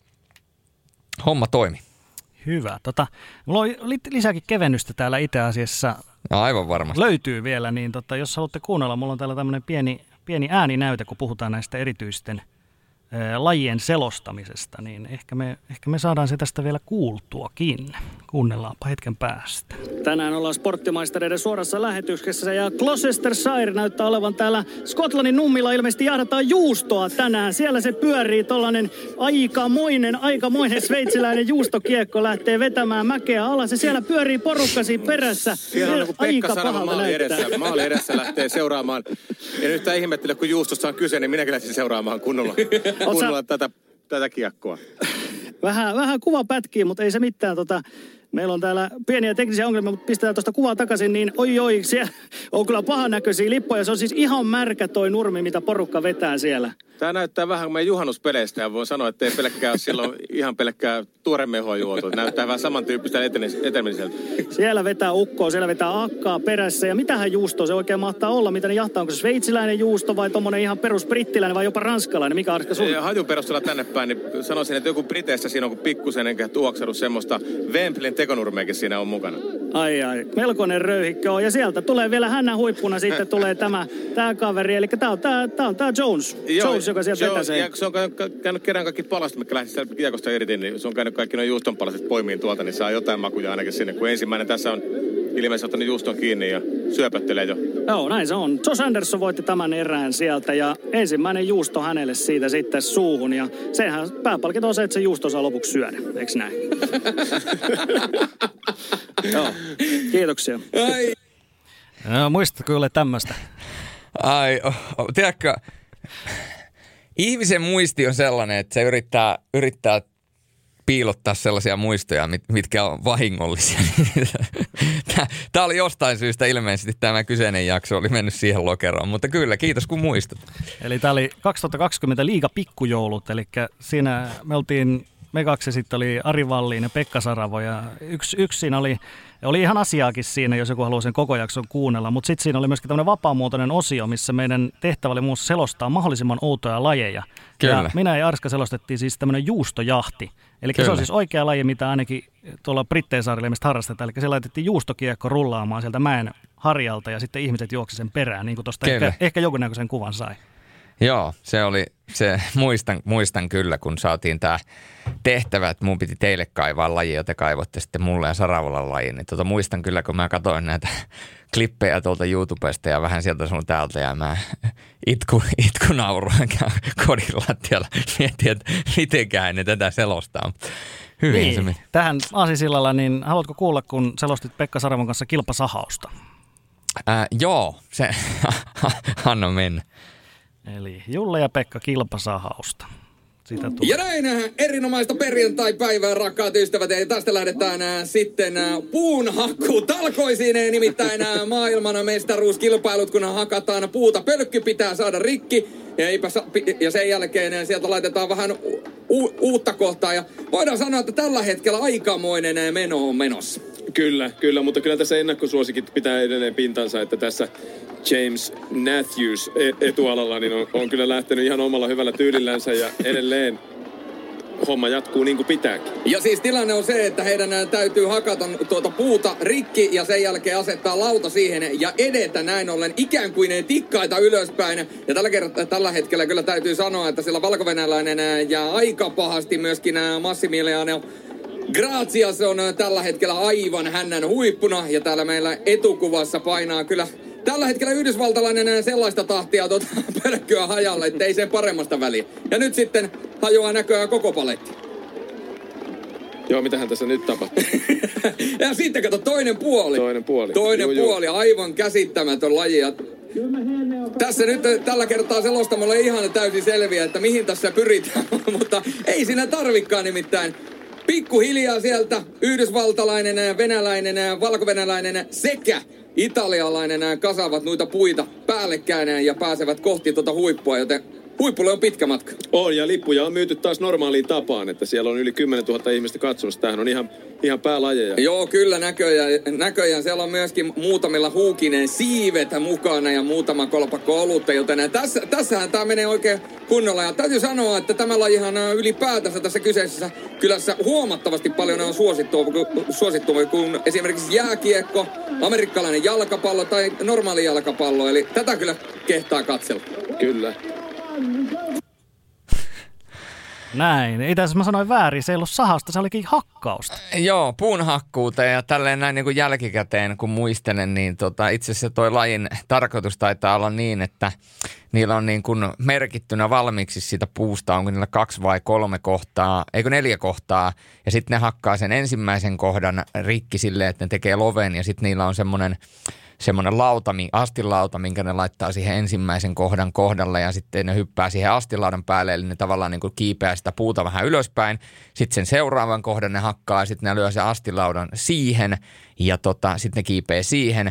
homma toimi. Hyvä. Tota, mulla on lisääkin kevennystä täällä itse asiassa. No, aivan varmasti. Löytyy vielä, niin tota, jos haluatte kuunnella, mulla on täällä tämmöinen pieni, pieni ääninäyte, kun puhutaan näistä erityisten ää, lajien selostamisesta, niin ehkä me, ehkä me saadaan se tästä vielä kuultuakin. Kuunnellaanpa hetken päästä. Tänään ollaan sporttimaistereiden suorassa lähetyksessä ja Gloucestershire näyttää olevan täällä Skotlannin nummilla. Ilmeisesti jahdataan juustoa tänään. Siellä se pyörii tollanen aikamoinen, aikamoinen sveitsiläinen juustokiekko lähtee vetämään mäkeä alas ja siellä pyörii porukkasi perässä. Siellä on niin Pekka Sarava maali edessä, maali edessä lähtee seuraamaan. Ja nyt tämä ihmettele, kun juustosta on kyse, niin minäkin lähtisin seuraamaan kunnolla, kunnolla tätä, tätä kiekkoa. Vähän, vähän kuva pätkii, mutta ei se mitään. Tota, meillä on täällä pieniä teknisiä ongelmia, mutta pistetään tuosta kuvaa takaisin, niin oi oi, siellä on kyllä pahan näköisiä lippoja. Se on siis ihan märkä toi nurmi, mitä porukka vetää siellä. Tämä näyttää vähän meidän juhannuspeleistä ja voin sanoa, että ei pelkkää, siellä on ihan pelkkää tuoremehoa juotu. Näyttää vähän samantyyppistä etenemiseltä. Siellä vetää ukkoa, siellä vetää akkaa perässä. Ja mitähän juustoa se oikein mahtaa olla? Mitä ne jahtaa? Onko se sveitsiläinen juusto vai tommonen ihan perus brittiläinen vai jopa ranskalainen? Mikä Arska sun? Hajun perusteella tänne päin, niin sanoisin, että joku Briteissä siinä on kuin pikkusen enkä tuoksellut semmoista Wembleyn tekonurmeakin siinä on mukana. Ai ai, melkoinen röyhikkö on. Ja sieltä tulee vielä hännän huippuna sitten tulee tämä, tämä kaveri. Eli tää on tää, tää, on tää Jones. Joo, Jones, joka sieltä vetäsee. Ja se on käynyt kerran kaikki palastot, mikä lähti sieltä kiekosta irti, niin se on käynyt kaikki noin juuston palaset poimiin tuolta, niin saa jotain makuja ainakin sinne. Kun ensimmäinen tässä on ilmeisesti ottanut juuston kiinni ja syöpöttelee jo. Joo, näin se on. Josh Anderson voitti tämän erään sieltä ja ensimmäinen juusto hänelle siitä sitten suuhun. Ja senhän pääpalkinto on se, että se juusto saa lopuksi syödä. Eiks näin? Joo, kiitoksia. Ai. No, muistatko kyllä tämmöistä? Ai, oh, oh, tiedätkö, ihmisen muisti on sellainen, että se yrittää, yrittää piilottaa sellaisia muistoja, mit, mitkä on vahingollisia. Tämä oli jostain syystä ilmeisesti tämä kyseinen jakso oli mennyt siihen lokeroon, mutta kyllä, kiitos kun muistat. Eli tämä oli kaksituhattakaksikymmentä Liiga pikkujoulut, eli siinä me oltiin, me kaksi sitten oli Ari Vallin ja Pekka Saravo ja yksi, yksi siinä oli, oli ihan asiaakin siinä, jos joku haluaa sen koko jakson kuunnella, mutta sitten siinä oli myöskin tämmöinen vapaamuotoinen osio, missä meidän tehtävä oli muun selostaa mahdollisimman outoja lajeja. Kyllä. Ja minä ja Arska selostettiin siis tämmöinen juustojahti. Eli se on siis oikea laji, mitä ainakin tuolla Brittein-saarilla mistä harrastetaan. Eli se laitettiin juustokiekko rullaamaan sieltä mäen harjalta ja sitten ihmiset juoksi sen perään, niin kuin tuosta ehkä, ehkä jonkunnäköisen kuvan sai. Joo, se oli, se muistan, muistan kyllä, kun saatiin tämä tehtävä, että mun piti teille kaivaa laji, ja te kaivoitte sitten mulle ja Saravolan laji. Niin tota, muistan kyllä, kun mä katsoin näitä klippejä tuolta YouTubesta ja vähän sieltä sun täältä ja mä itku, itku nauruin kodin lattialla. Mietin, että mitenkään ne tätä selostaa. Hyvin niin, se meni. Tähän aasisillalla, niin haluatko kuulla, kun selostit Pekka Saravon kanssa kilpasahausta? Ää, joo, se anna mennä. Eli Julle ja Pekka kilpasahausta. Sitä ja näin erinomaista perjantai-päivää, rakkaat ystävät. Ja tästä lähdetään ää, sitten ää, puun hakku talkoisiin. Nimittäin ää, maailman mestaruuskilpailut, kun hakataan puuta. Pölkky pitää saada rikki. Ja, eipä sa- ja sen jälkeen ää, sieltä laitetaan vähän u- uutta kohtaa. Ja voidaan sanoa, että tällä hetkellä aikamoinen ää, meno on menossa. Kyllä, kyllä, mutta kyllä tässä ennakkosuosikit pitää edelleen pintansa, että tässä James Matthews etualalla niin on, on kyllä lähtenyt ihan omalla hyvällä tyylillänsä ja edelleen homma jatkuu niin kuin pitääkin. Ja siis tilanne on se, että heidän täytyy hakata tuota puuta rikki ja sen jälkeen asettaa lauta siihen ja edetä näin ollen ikään kuin ne tikkaita ylöspäin. Ja tällä, kertaa, tällä hetkellä kyllä täytyy sanoa, että sillä valkovenäläinen ja aika pahasti myöskin Massimiliano Grazias on tällä hetkellä aivan hännän huippuna ja täällä meillä etukuvassa painaa kyllä tällä hetkellä yhdysvaltalainen sellaista tahtia tuota pölkkyä hajalle, ettei sen paremmasta väliä. Ja nyt sitten hajoaa näköään koko paletti. Joo, mitähän tässä nyt tapahtuu? Ja sitten kato toinen puoli. Toinen puoli. Toinen juu, puoli, juu. Aivan käsittämätön laji. Ja tässä nyt tällä kertaa selostamolla ei ihan täysin selviä, että mihin tässä pyritään, mutta ei siinä tarvikaan nimittäin. Pikkuhiljaa sieltä yhdysvaltalainen, venäläinen, valkovenäläinen sekä italialainen kasaavat noita puita päällekkäin ja pääsevät kohti tuota huippua, joten huippulle on pitkä matka. On, ja lippuja on myyty taas normaaliin tapaan, että siellä on yli kymmenentuhatta ihmistä katsomassa. Tämähän on ihan, ihan päälajeja. Joo, kyllä näköjään. näköjään. Siellä on myöskin muutamilla huukinen siivet mukana ja muutama kolpakko olutta, joten tässä, tässähän tämä menee oikein kunnolla. Ja täytyy sanoa, että tämä lajihan on ylipäätänsä tässä kyseisessä kylässä huomattavasti paljon on suosittua, suosittua kuin esimerkiksi jääkiekko, amerikkalainen jalkapallo tai normaali jalkapallo. Eli tätä kyllä kehtaa katsella. Kyllä. Näin. Itse asiassa mä sanoin väärin, se ei ollut sahausta, se olikin hakkausta. Joo, puun hakkuuta ja tälleen näin niin kuin jälkikäteen, kun muistelen, niin tota, itse asiassa toi lajin tarkoitus taitaa olla niin, että niillä on niin kuin merkittynä valmiiksi siitä puusta, onko niillä kaksi vai kolme kohtaa, eikö neljä kohtaa, ja sitten ne hakkaa sen ensimmäisen kohdan rikki silleen, että ne tekee loven, ja sitten niillä on semmoinen semmoinen lauta, astilauta, minkä ne laittaa siihen ensimmäisen kohdan kohdalle ja sitten ne hyppää siihen astilaudan päälle, eli ne tavallaan niin kuin kiipeää sitä puuta vähän ylöspäin. Sitten sen seuraavan kohdan ne hakkaa ja sitten ne lyö sen astilaudan siihen ja tota, sitten ne kiipeää siihen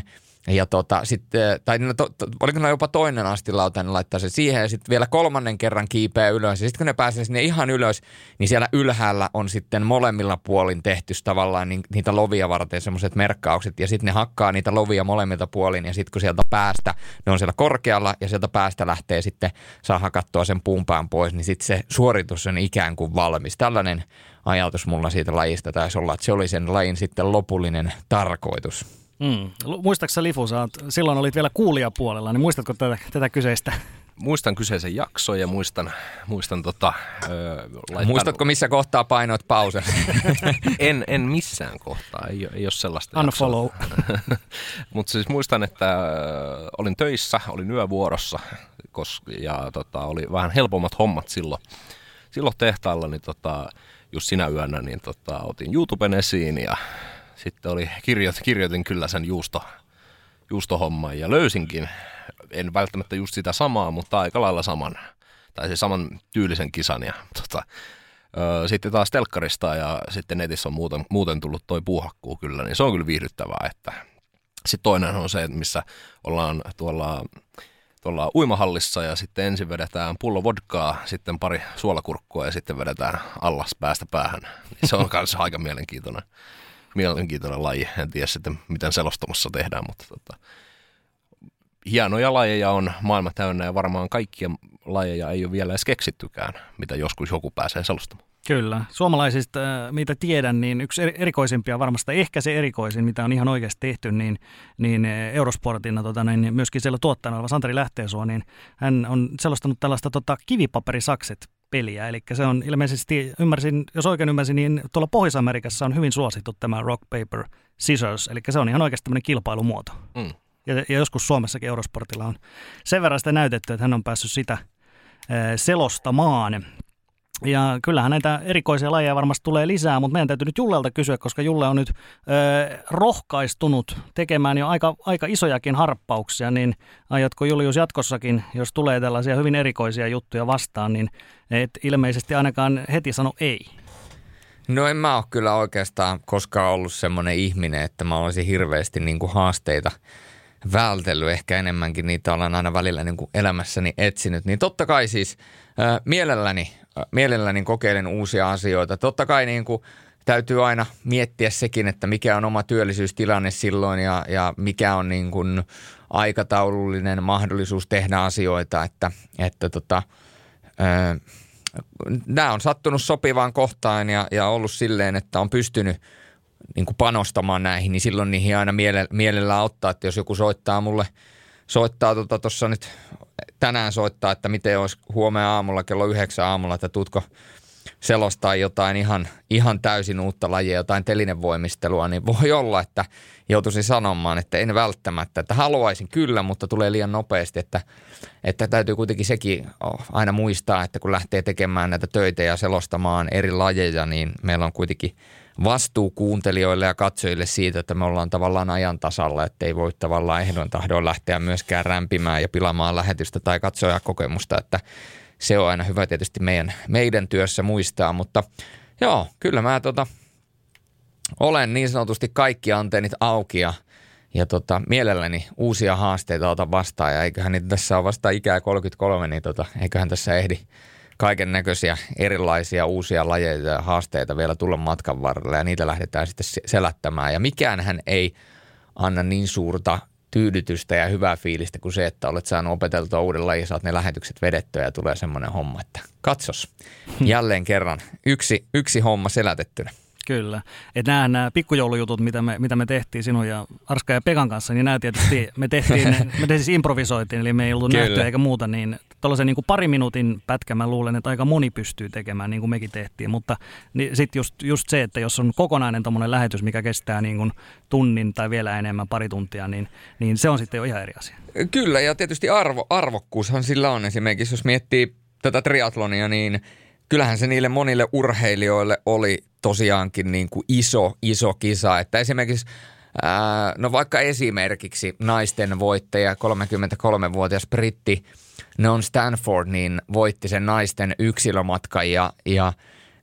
Ja tota, sitten, tai no, to, to, oliko ne jopa toinen astilauta, ne laittaa se siihen ja sitten vielä kolmannen kerran kiipeä ylös. Ja sitten kun ne pääsee sinne ihan ylös, niin siellä ylhäällä on sitten molemmilla puolin tehty tavallaan ni, niitä lovia varten semmoiset merkkaukset. Ja sitten ne hakkaa niitä lovia molemmilta puolin ja sitten kun sieltä päästä, ne on siellä korkealla ja sieltä päästä lähtee sitten, saa hakattua sen puunpään pois, niin sitten se suoritus on ikään kuin valmis. Tällainen ajatus mulla siitä lajista taisi olla, että se oli sen lajin sitten lopullinen tarkoitus. Mm. Muistaaksä Lifu, sä oot, silloin olit vielä kuulijapuolella, niin muistatko tätä, tätä kyseistä? Muistan kyseisen jakson ja muistan, muistan tota, ö, laittan... Muistatko missä kohtaa painoit pausen? en, en missään kohtaa, ei, ei ole sellaista. Unfollow. Mutta siis muistan, että olin töissä, olin yövuorossa koska, ja tota, oli vähän helpommat hommat silloin, silloin tehtaalla, niin tota, just sinä yönä niin tota, otin YouTuben esiin ja sitten oli, kirjoitin, kirjoitin kyllä sen juusto, juustohomman ja löysinkin, en välttämättä just sitä samaa, mutta aika lailla saman, tai se saman tyylisen kisan. Ja, tota, ö, sitten taas telkkarista ja sitten netissä on muuten, muuten tullut toi puuhakkuu kyllä, niin se on kyllä viihdyttävää. Sitten toinen on se, missä ollaan tuolla, tuolla uimahallissa ja sitten ensin vedetään pullo vodkaa, sitten pari suolakurkkua ja sitten vedetään allas päästä päähän. Se on myös aika mielenkiintoinen. Mielenkiintoinen laji. En tiedä sitten, miten selostamassa tehdään, mutta tota, hienoja lajeja on maailma täynnä ja varmaan kaikkia lajeja ei ole vielä edes keksittykään, mitä joskus joku pääsee selostamaan. Kyllä. Suomalaisista, mitä tiedän, niin yksi erikoisimpia varmasti, ehkä se erikoisin, mitä on ihan oikeasti tehty, niin, niin Eurosportina tota, niin myöskin siellä tuottajana oleva Santeri Lähteensuo, niin hän on selostanut tällaista tota, kivipaperisakset peliä, eli se on ilmeisesti, ymmärsin, jos oikein ymmärsin, niin tuolla Pohjois-Amerikassa on hyvin suosittu tämä rock, paper, scissors, eli se on ihan oikeasti tämmöinen kilpailumuoto. Mm. Ja, ja joskus Suomessakin Eurosportilla on sen verran sitä näytetty, että hän on päässyt sitä äh, selostamaan. Ja kyllähän näitä erikoisia lajeja varmasti tulee lisää, mutta meidän täytyy nyt Jullelta kysyä, koska Julle on nyt ö, rohkaistunut tekemään jo aika, aika isojakin harppauksia, niin aiotko Julius jatkossakin, jos tulee tällaisia hyvin erikoisia juttuja vastaan, niin et ilmeisesti ainakaan heti sano ei? No en mä ole kyllä oikeastaan koskaan ollut semmoinen ihminen, että mä olisin hirveästi niin kuin haasteita vältellyt, ehkä enemmänkin niitä olen aina välillä niin kuin elämässäni etsinyt, niin totta kai siis äh, mielelläni, äh, mielelläni kokeilen uusia asioita. Totta kai niin kuin täytyy aina miettiä sekin, että mikä on oma työllisyystilanne silloin ja, ja mikä on niin kuin aikataulullinen mahdollisuus tehdä asioita, että, että tota, äh, nämä on sattunut sopivaan kohtaan ja, ja ollut silleen, että on pystynyt niin kuin panostamaan näihin, niin silloin niihin aina miele, mielellään ottaa, että jos joku soittaa mulle, soittaa tuossa tota, nyt tänään soittaa, että miten olisi huomenna aamulla kello yhdeksän aamulla, että tuutko selostaa jotain ihan, ihan täysin uutta lajia, jotain telinevoimistelua, niin voi olla, että joutuisin sanomaan, että en välttämättä, että haluaisin kyllä, mutta tulee liian nopeasti, että, että täytyy kuitenkin sekin aina muistaa, että kun lähtee tekemään näitä töitä ja selostamaan eri lajeja, niin meillä on kuitenkin vastuu kuuntelijoille ja katsojille siitä, että me ollaan tavallaan ajan tasalla, että ei voi tavallaan ehdon tahdoin lähteä myöskään rämpimään ja pilaamaan lähetystä tai katsojakokemusta, että se on aina hyvä tietysti meidän, meidän työssä muistaa, mutta joo, kyllä mä tota, olen niin sanotusti kaikki antennit auki ja, ja tota, mielelläni uusia haasteita otan vastaan ja eiköhän niitä tässä ole vasta ikää kolmekymmentäkolme, niin tota, eiköhän tässä ehdi kaiken näköisiä erilaisia uusia lajeja ja haasteita vielä tulla matkan varrella ja niitä lähdetään sitten selättämään. Ja mikäänhän ei anna niin suurta tyydytystä ja hyvää fiilistä kuin se, että olet saanut opeteltua uuden lajin, saat ne lähetykset vedettyä ja tulee semmoinen homma, että katsos jälleen kerran yksi, yksi homma selätettynä. Kyllä. Että nämä, nämä pikkujoulujutut, mitä me, mitä me tehtiin sinun ja Arska ja Pekan kanssa, niin nämä tietysti me tehtiin, me tehtiin siis improvisoitiin, eli me ei ollut nähty eikä muuta, niin tuollaisen niin kuin pari minuutin pätkä mä luulen, että aika moni pystyy tekemään, niin kuin mekin tehtiin, mutta niin sitten just, just se, että jos on kokonainen tommoinen lähetys, mikä kestää niin kuin tunnin tai vielä enemmän, pari tuntia, niin, niin se on sitten jo ihan eri asia. Kyllä, ja tietysti arvo, arvokkuushan sillä on esimerkiksi, jos miettii tätä triathlonia, niin kyllähän se niille monille urheilijoille oli tosiaankin niin kuin iso, iso kisa. Että esimerkiksi, ää, no vaikka esimerkiksi naisten voittaja, kolmekymmentäkolmevuotias britti Non Stanford, niin voitti sen naisten yksilömatkan ja, ja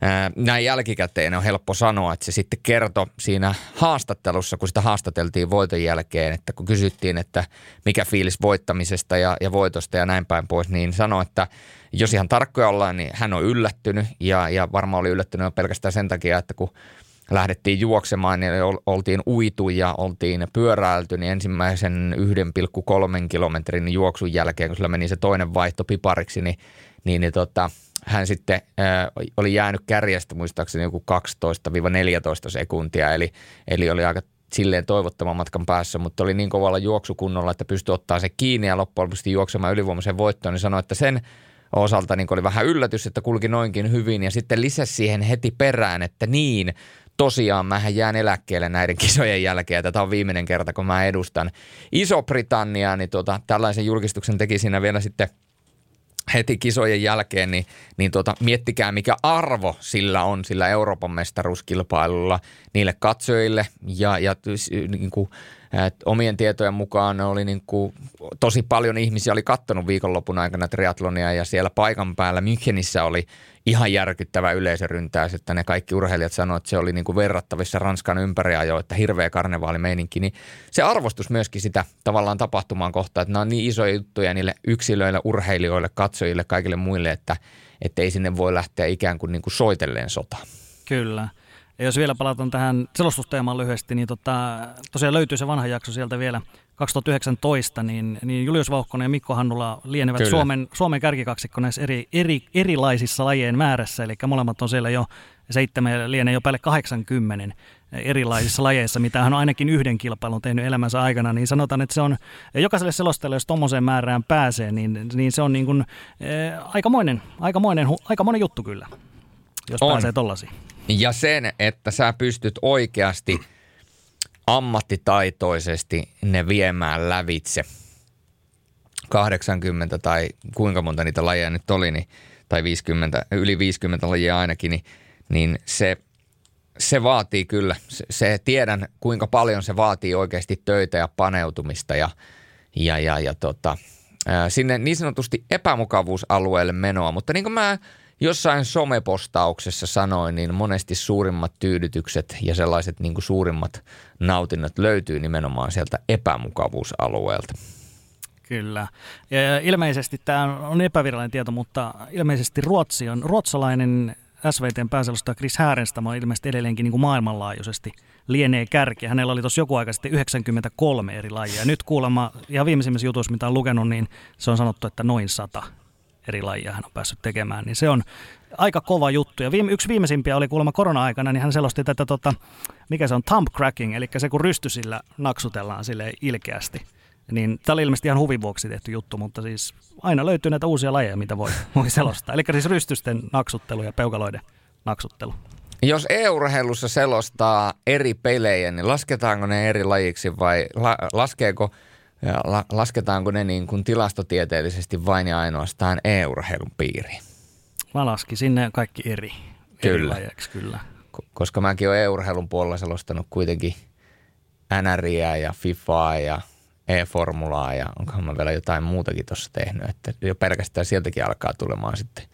näin jälkikäteen on helppo sanoa, että se sitten kertoi siinä haastattelussa, kun sitä haastateltiin voiton jälkeen, että kun kysyttiin, että mikä fiilis voittamisesta ja, ja voitosta ja näin päin pois, niin sanoi, että jos ihan tarkkoja ollaan, niin hän on yllättynyt ja, ja varmaan oli yllättynyt pelkästään sen takia, että kun lähdettiin juoksemaan, niin oltiin uitu ja oltiin pyöräilty, niin ensimmäisen yksi pilkku kolme kilometrin juoksun jälkeen, kun sillä meni se toinen vaihto pipariksi, niin, niin, niin tota, hän sitten äh, oli jäänyt kärjestä muistaakseni joku kaksitoista neljätoista sekuntia, eli, eli oli aika silleen toivottavan matkan päässä, mutta oli niin kovalla juoksukunnolla, että pystyi ottaa se kiinni ja loppujen lopuksi juoksemaan ylivoimaisen voittoon, niin sanoi, että sen osalta niin oli vähän yllätys, että kulki noinkin hyvin ja sitten lisäsi siihen heti perään, että niin, tosiaan mähän jään eläkkeelle näiden kisojen jälkeen ja tätä on viimeinen kerta, kun mä edustan Iso-Britanniaa, niin tuota, tällaisen julkistuksen teki siinä vielä sitten heti kisojen jälkeen, niin, niin tuota, miettikää mikä arvo sillä on sillä Euroopan mestaruuskilpailulla niille katsojille ja, ja niin kuin, omien tietojen mukaan oli niin kuin, tosi paljon ihmisiä oli kattonut viikonlopun aikana triathlonia ja siellä paikan päällä Münchenissä oli ihan järkyttävä yleisöryntäys, että ne kaikki urheilijat sanoivat, että se oli niin kuin verrattavissa Ranskan ympäriajoon, että hirveä karnevaalimeininki, niin se arvostus myöskin sitä tavallaan tapahtumaan kohtaan, että nämä on niin isoja juttuja niille yksilöille, urheilijoille, katsojille, kaikille muille, että, että ei sinne voi lähteä ikään kuin, niin kuin soitelleen sotaan. Kyllä. Ja jos vielä palataan tähän selostusteemaan lyhyesti, niin tota, tosiaan löytyy se vanha jakso sieltä vielä kaksituhattayhdeksäntoista, niin, niin Julius Vauhkonen ja Mikko Hannula lienevät Suomen, Suomen kärkikaksikko näissä eri, eri, erilaisissa lajien määrässä, eli molemmat on siellä jo seitsemän lienee jo päälle kahdeksankymmentä erilaisissa lajeissa, mitä hän on ainakin yhden kilpailun tehnyt elämänsä aikana, niin sanotaan, että se on jokaiselle selostajalle, jos tommoseen määrään pääsee, niin, niin se on niin kuin, eh, aikamoinen, aikamoinen, aikamoinen juttu kyllä, jos on. Pääsee tollaisiin. Ja sen, että sä pystyt oikeasti ammattitaitoisesti ne viemään lävitse kahdeksankymmentä tai kuinka monta niitä lajeja nyt oli, niin, tai viisikymmentä, yli viisikymmentä lajia ainakin, niin, niin se, se vaatii kyllä. Se, se tiedän, kuinka paljon se vaatii oikeasti töitä ja paneutumista ja, ja, ja, ja tota, ää, sinne niin sanotusti epämukavuusalueelle menoa, mutta niin kuin mä jossain somepostauksessa sanoin, niin monesti suurimmat tyydytykset ja sellaiset niin kuin suurimmat nautinnot löytyy nimenomaan sieltä epämukavuusalueelta. Kyllä. Ja ilmeisesti tämä on epävirallinen tieto, mutta ilmeisesti Ruotsi on ruotsalainen S V T:n pääselostaja Chris Härenstam ilmeisesti edelleenkin niin kuin maailmanlaajuisesti lienee kärki. Hänellä oli tuossa joku aika sitten yhdeksänkymmentäkolme eri lajia. Nyt kuulemma, ihan viimeisimmässä jutussa, mitä on lukenut, niin se on sanottu, että noin sata eri lajia hän on päässyt tekemään, niin se on aika kova juttu. Ja viime, yksi viimeisimpiä oli kuulemma korona-aikana, niin hän selosti tätä, tota, mikä se on, thumb cracking, eli se kun rystysillä naksutellaan sille ilkeästi. Niin tämä oli ilmeisesti ihan huvin vuoksi tehty juttu, mutta siis aina löytyy näitä uusia lajeja, mitä voi, voi selostaa. Eli siis rystysten naksuttelu ja peukaloiden naksuttelu. Jos e-urheilussa selostaa eri pelejä, niin lasketaanko ne eri lajiksi vai la, laskeeko Ja la, lasketaanko ne niin kuin tilastotieteellisesti vain ja ainoastaan e-urheilun piiriin? Mä laskisin ne kaikki eri, eri lajeiksi, kyllä. Koska mäkin olen e-urheilun puolella selostanut kuitenkin N R I:ää ja FIFAa ja e-formulaa ja onkohan mä vielä jotain muutakin tuossa tehnyt. Että jo pelkästään sieltäkin alkaa tulemaan sitten.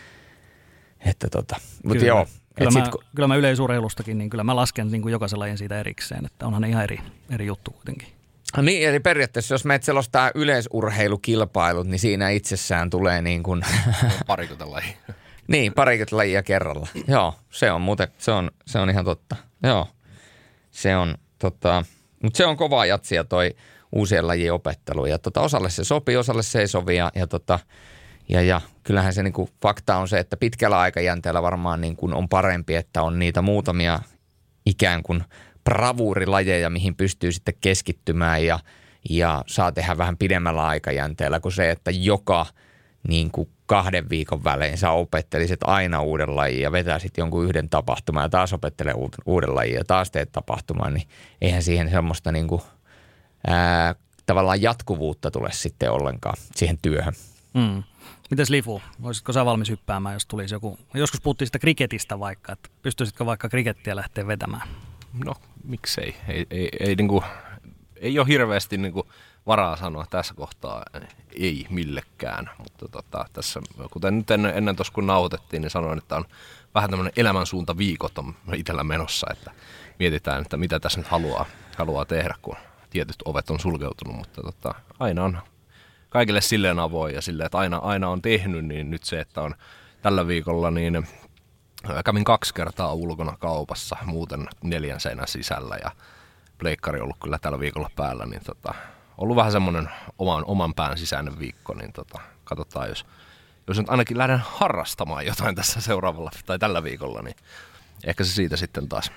Että tota, mutta joo. Kyllä mä, sit, kyllä mä yleisurheilustakin, niin kyllä mä lasken niin kuin jokaisen lajin siitä erikseen, että onhan ne ihan eri, eri juttu kuitenkin. Niin, eli periaatteessa jos meitä selostaa yleisurheilukilpailut, niin siinä itsessään tulee niin kuin parikymmentä lajia. Niin, parikymmentä lajia kerralla. Joo, se on muuten, se on, se on ihan totta. Joo, se on tota, mutta se on kovaa jatsia toi uusien lajien opettelu. Ja tota, osalle se sopii, osalle se ei sovi ja, ja, tota, ja, ja kyllähän se niin kuin fakta on se, että pitkällä aikajänteellä varmaan niin kuin on parempi, että on niitä muutamia ikään kuin bravuurilajeja, mihin pystyy sitten keskittymään ja, ja saa tehdä vähän pidemmällä aikajänteellä kuin se, että joka niin kuin kahden viikon välein sä opettelisit aina uuden lajin ja vetäisit jonkun yhden tapahtuman ja taas opettelee uuden lajin ja taas teet tapahtuman, niin eihän siihen semmoista niin kuin, ää, tavallaan jatkuvuutta tule sitten ollenkaan siihen työhön. Mm. Mites Lifu, voisitko sä valmis hyppäämään, jos tulisi joku, joskus puhuttiin sitä kriketistä vaikka, että pystyisitkö vaikka krikettiä lähteä vetämään? No, miksei. Ei, ei, ei, niin kuin, ei ole hirveästi niin kuin varaa sanoa tässä kohtaa ei millekään, mutta tota, tässä, kuten nyt ennen, ennen tuossa kun nauhoitettiin, niin sanoin, että on vähän tämmöinen elämänsuunta viikot on itsellä menossa, että mietitään, että mitä tässä nyt haluaa, haluaa tehdä, kun tietyt ovet on sulkeutunut, mutta tota, aina on kaikille silleen avoin ja silleen, että aina, aina on tehnyt, niin nyt se, että on tällä viikolla, niin kävin kaksi kertaa ulkona kaupassa, muuten neljän seinän sisällä ja pleikkari on ollut kyllä tällä viikolla päällä, niin tota, ollut vähän semmoinen oman, oman pään sisäinen viikko, niin tota, katsotaan, jos, jos nyt ainakin lähden harrastamaan jotain tässä seuraavalla tai tällä viikolla, niin ehkä se siitä sitten taas.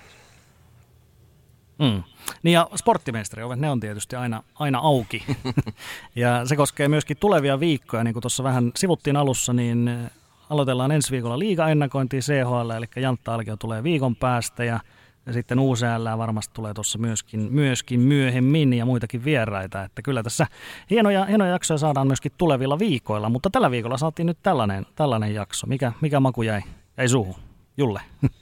Mm. Niin ja sporttimestariovet, ne on tietysti aina, aina auki. Ja se koskee myöskin tulevia viikkoja, niin kuin tuossa vähän sivuttiin alussa, niin aloitellaan ensi viikolla liigaennakointia C H L, eli Jantta Alkio tulee viikon päästä ja, ja sitten U C L varmasti tulee tuossa myöskin, myöskin myöhemmin ja muitakin vieraita. Että kyllä tässä hienoja, hienoja jaksoja saadaan myöskin tulevilla viikoilla, mutta tällä viikolla saatiin nyt tällainen, tällainen jakso. Mikä, mikä maku jäi, jäi suuhun? Julle?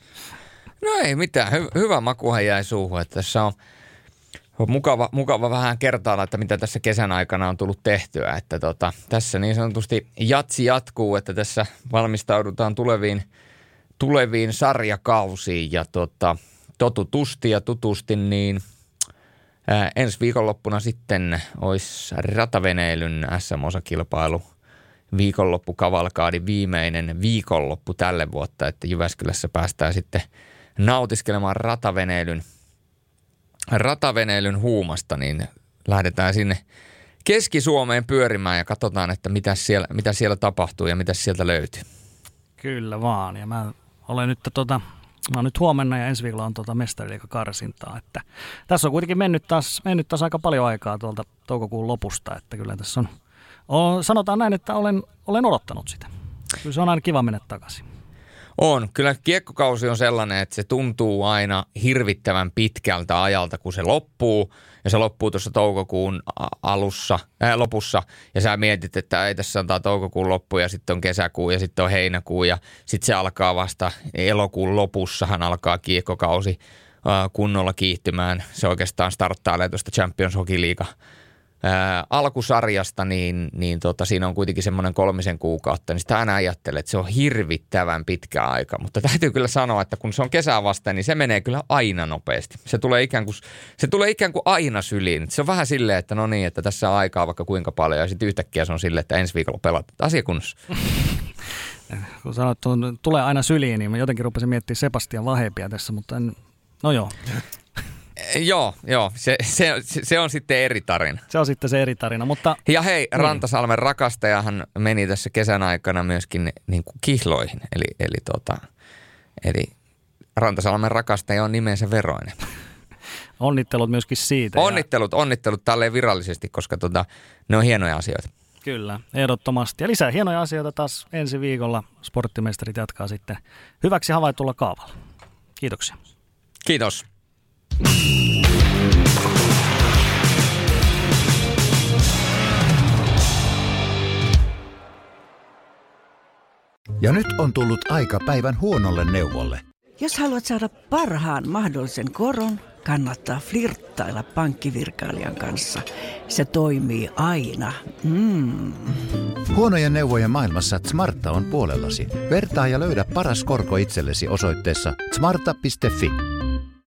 No ei mitään, Hy- hyvä makuhan jäi suuhun, että tässä on mukava, mukava vähän kertailla, että mitä tässä kesän aikana on tullut tehtyä, että tota, tässä niin sanotusti jatsi jatkuu, että tässä valmistaudutaan tuleviin, tuleviin sarjakausiin ja tota, totutusti ja tutusti, niin ää, ensi viikonloppuna sitten olisi rataveneilyn S M-osakilpailu, viikonloppukavalkaadin viimeinen viikonloppu tälle vuotta, että Jyväskylässä päästään sitten nautiskelemaan rataveneilyn, rataveneilyn huumasta, niin lähdetään sinne Keski-Suomeen pyörimään ja katsotaan, että mitä siellä, mitä siellä tapahtuu ja mitä sieltä löytyy. Kyllä vaan, ja mä olen nyt, tota, mä nyt huomenna ja ensi viikolla on tota mestariliigakarsintaa, että tässä on kuitenkin mennyt taas, mennyt taas aika paljon aikaa tuolta toukokuun lopusta, että kyllä tässä on, on sanotaan näin, että olen, olen odottanut sitä. Kyllä se on aina kiva mennä takaisin. On. Kyllä kiekkokausi on sellainen, että se tuntuu aina hirvittävän pitkältä ajalta, kun se loppuu. Ja se loppuu tuossa toukokuun alussa, äh, lopussa. Ja sä mietit, että ei tässä antaa toukokuun loppu ja sitten on kesäkuu ja sitten on heinäkuu. Ja sitten se alkaa vasta elokuun lopussahan alkaa kiekkokausi äh, kunnolla kiihtymään. Se oikeastaan starttailee tuosta Champions Hockey League Ää, alkusarjasta, niin, niin tota, siinä on kuitenkin semmoinen kolmisen kuukautta, niin sitä aina ajattelee, että se on hirvittävän pitkä aika. Mutta täytyy kyllä sanoa, että kun se on kesää vasten, niin se menee kyllä aina nopeasti. Se tulee ikään kuin, se tulee ikään kuin aina syliin. Se on vähän silleen, että no niin, että tässä on aikaa vaikka kuinka paljon, ja sitten yhtäkkiä se on silleen, että ensi viikolla pelataan asiakunnassa. Kun sanoit, että tulee aina syliin, niin mä jotenkin rupesin miettimään Sebastian Vahepia tässä, mutta en, no joo. Joo, joo. Se, se, se on sitten eri tarina. Se on sitten se eri tarina, mutta... Ja hei, Rantasalmen rakastajahan meni tässä kesän aikana myöskin niin kuin kihloihin. Eli, eli, tota, eli Rantasalmen rakastaja on nimensä veroinen. Onnittelut myöskin siitä. Onnittelut, ja... onnittelut tälleen virallisesti, koska tota, ne on hienoja asioita. Kyllä, ehdottomasti. Ja lisää hienoja asioita taas ensi viikolla. Sporttimestarit jatkaa sitten hyväksi havaitulla kaavalla. Kiitoksia. Kiitos. Ja nyt on tullut aika päivän huonolle neuvolle. Jos haluat saada parhaan mahdollisen koron, kannattaa flirttailla pankkivirkailijan kanssa. Se toimii aina. Mm. Huonojen neuvojen maailmassa Smarta on puolellasi. Vertaa ja löydä paras korko itsellesi osoitteessa smarta piste fi.